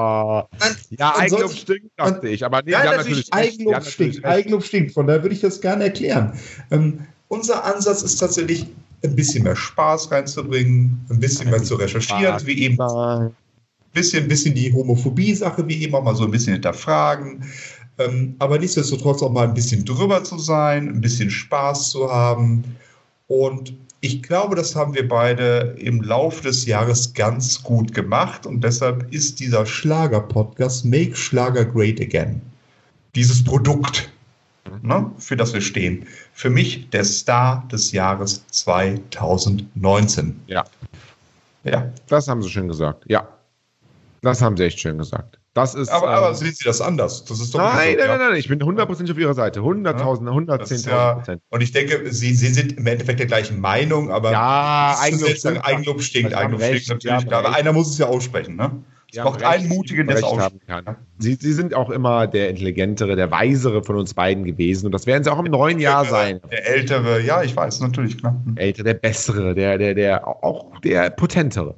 [SPEAKER 2] Ja, Eigenlob stinkt, dachte ich. Aber nee,
[SPEAKER 3] ja, natürlich Eigenlob stinkt. Von daher würde ich das gerne erklären. Unser Ansatz ist tatsächlich, ein bisschen mehr Spaß reinzubringen, ein bisschen mehr zu recherchieren, wie eben ein bisschen die Homophobie-Sache, wie eben auch mal so ein bisschen hinterfragen. Aber nichtsdestotrotz auch mal ein bisschen drüber zu sein, ein bisschen Spaß zu haben. Und ich glaube, das haben wir beide im Laufe des Jahres ganz gut gemacht. Und deshalb ist dieser Schlager-Podcast Make Schlager Great Again, dieses Produkt, für das wir stehen, für mich der Star des Jahres 2019.
[SPEAKER 2] Ja. Das haben Sie schön gesagt. Ja. Das haben sie echt schön gesagt. Das ist,
[SPEAKER 3] aber sehen Sie das anders? Das ist doch
[SPEAKER 2] nein, ich bin 100% auf Ihrer Seite. 100.000, 110.000%.
[SPEAKER 3] Und ich denke, Sie sind im Endeffekt der gleichen Meinung, aber
[SPEAKER 2] ja,
[SPEAKER 3] Eigenlob stinkt natürlich. Aber einer muss es ja aussprechen, ne? Es braucht einen Mutigen, der es aussprechen kann.
[SPEAKER 2] Sie sind auch immer der Intelligentere, der Weisere von uns beiden gewesen. Und das werden Sie auch im neuen Jahr sein.
[SPEAKER 3] Der Ältere, ja, ich weiß, natürlich, klar.
[SPEAKER 2] Der Ältere, der Bessere, der Potentere.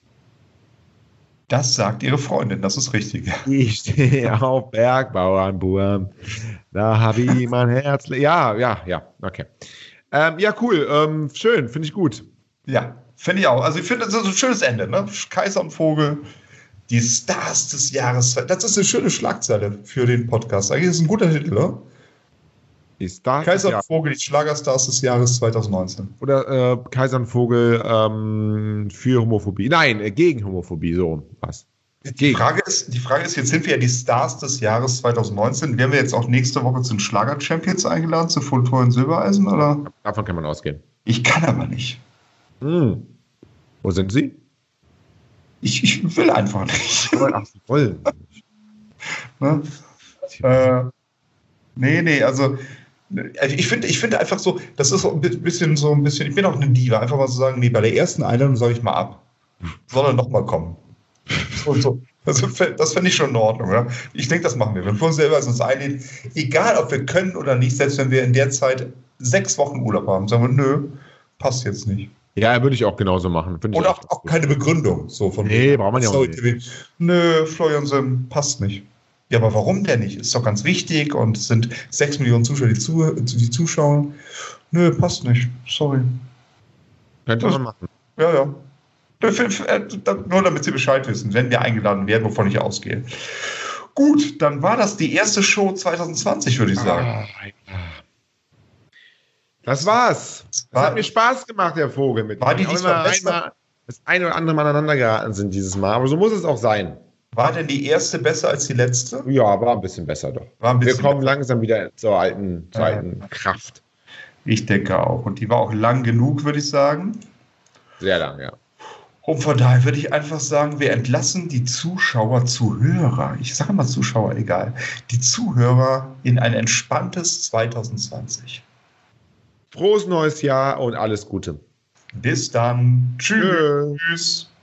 [SPEAKER 3] Das sagt Ihre Freundin, das ist richtig.
[SPEAKER 2] Ich stehe auf Bergbauernburm, da habe ich mein Herz. Ja, okay. Ja, cool, schön, finde ich gut.
[SPEAKER 3] Ja, finde ich auch. Also ich finde, das ist ein schönes Ende, ne? Kaiser und Vogel, die Stars des Jahres. Das ist eine schöne Schlagzeile für den Podcast. Eigentlich ist es ein guter Titel, oder?
[SPEAKER 2] Die Stars
[SPEAKER 3] Kaiser und Vogel, die Schlagerstars des Jahres 2019.
[SPEAKER 2] Oder Kaiser und Vogel für Homophobie. Nein, gegen Homophobie, so was.
[SPEAKER 3] Die Frage ist, jetzt sind wir ja die Stars des Jahres 2019. Werden wir jetzt auch nächste Woche zu den Schlager-Champions eingeladen, zu Fultor und Silbereisen, oder?
[SPEAKER 2] Davon kann man ausgehen.
[SPEAKER 3] Ich kann aber nicht.
[SPEAKER 2] Wo sind Sie?
[SPEAKER 3] Ich will einfach nicht.
[SPEAKER 2] Ach, Sie wollen nicht.
[SPEAKER 3] Ne? Nee, also ich finde einfach so, das ist so ein bisschen, ich bin auch eine Diva, einfach mal so sagen, nee, bei der ersten Einladung sage ich mal ab. Soll er nochmal kommen. So. Also, das finde ich schon in Ordnung, oder? Ich denke, das machen wir. Wenn wir uns selber uns einladen, egal ob wir können oder nicht, selbst wenn wir in der Zeit 6 Wochen Urlaub haben, sagen wir, nö, passt jetzt nicht.
[SPEAKER 2] Ja, würde ich auch genauso machen.
[SPEAKER 3] Und auch keine Begründung. So von
[SPEAKER 2] braucht man ja auch nicht.
[SPEAKER 3] Nö, Florian Sim, passt nicht. Ja, aber warum denn nicht? Ist doch ganz wichtig und es sind 6 Millionen Zuschauer, die zuschauen. Nö, passt nicht. Sorry.
[SPEAKER 2] Könnte man machen.
[SPEAKER 3] Ja. Nur damit Sie Bescheid wissen, wenn wir eingeladen werden, wovon ich ausgehe. Gut, dann war das die erste Show 2020, würde ich sagen.
[SPEAKER 2] Das war's. Es hat mir Spaß gemacht, Herr Vogel.
[SPEAKER 3] War die diesmal besser?
[SPEAKER 2] Das eine oder andere Mal aneinander geraten sind dieses Mal, aber so muss es auch sein.
[SPEAKER 3] War denn die erste besser als die letzte?
[SPEAKER 2] Ja, war ein bisschen besser doch. Wir kommen langsam wieder zur alten Kraft.
[SPEAKER 3] Ich denke auch. Und die war auch lang genug, würde ich sagen.
[SPEAKER 2] Sehr lang, ja.
[SPEAKER 3] Und von daher würde ich einfach sagen, wir entlassen die Zuhörer, ich sage mal Zuschauer, egal, die Zuhörer in ein entspanntes 2020.
[SPEAKER 2] Frohes neues Jahr und alles Gute.
[SPEAKER 3] Bis dann. Tschüss.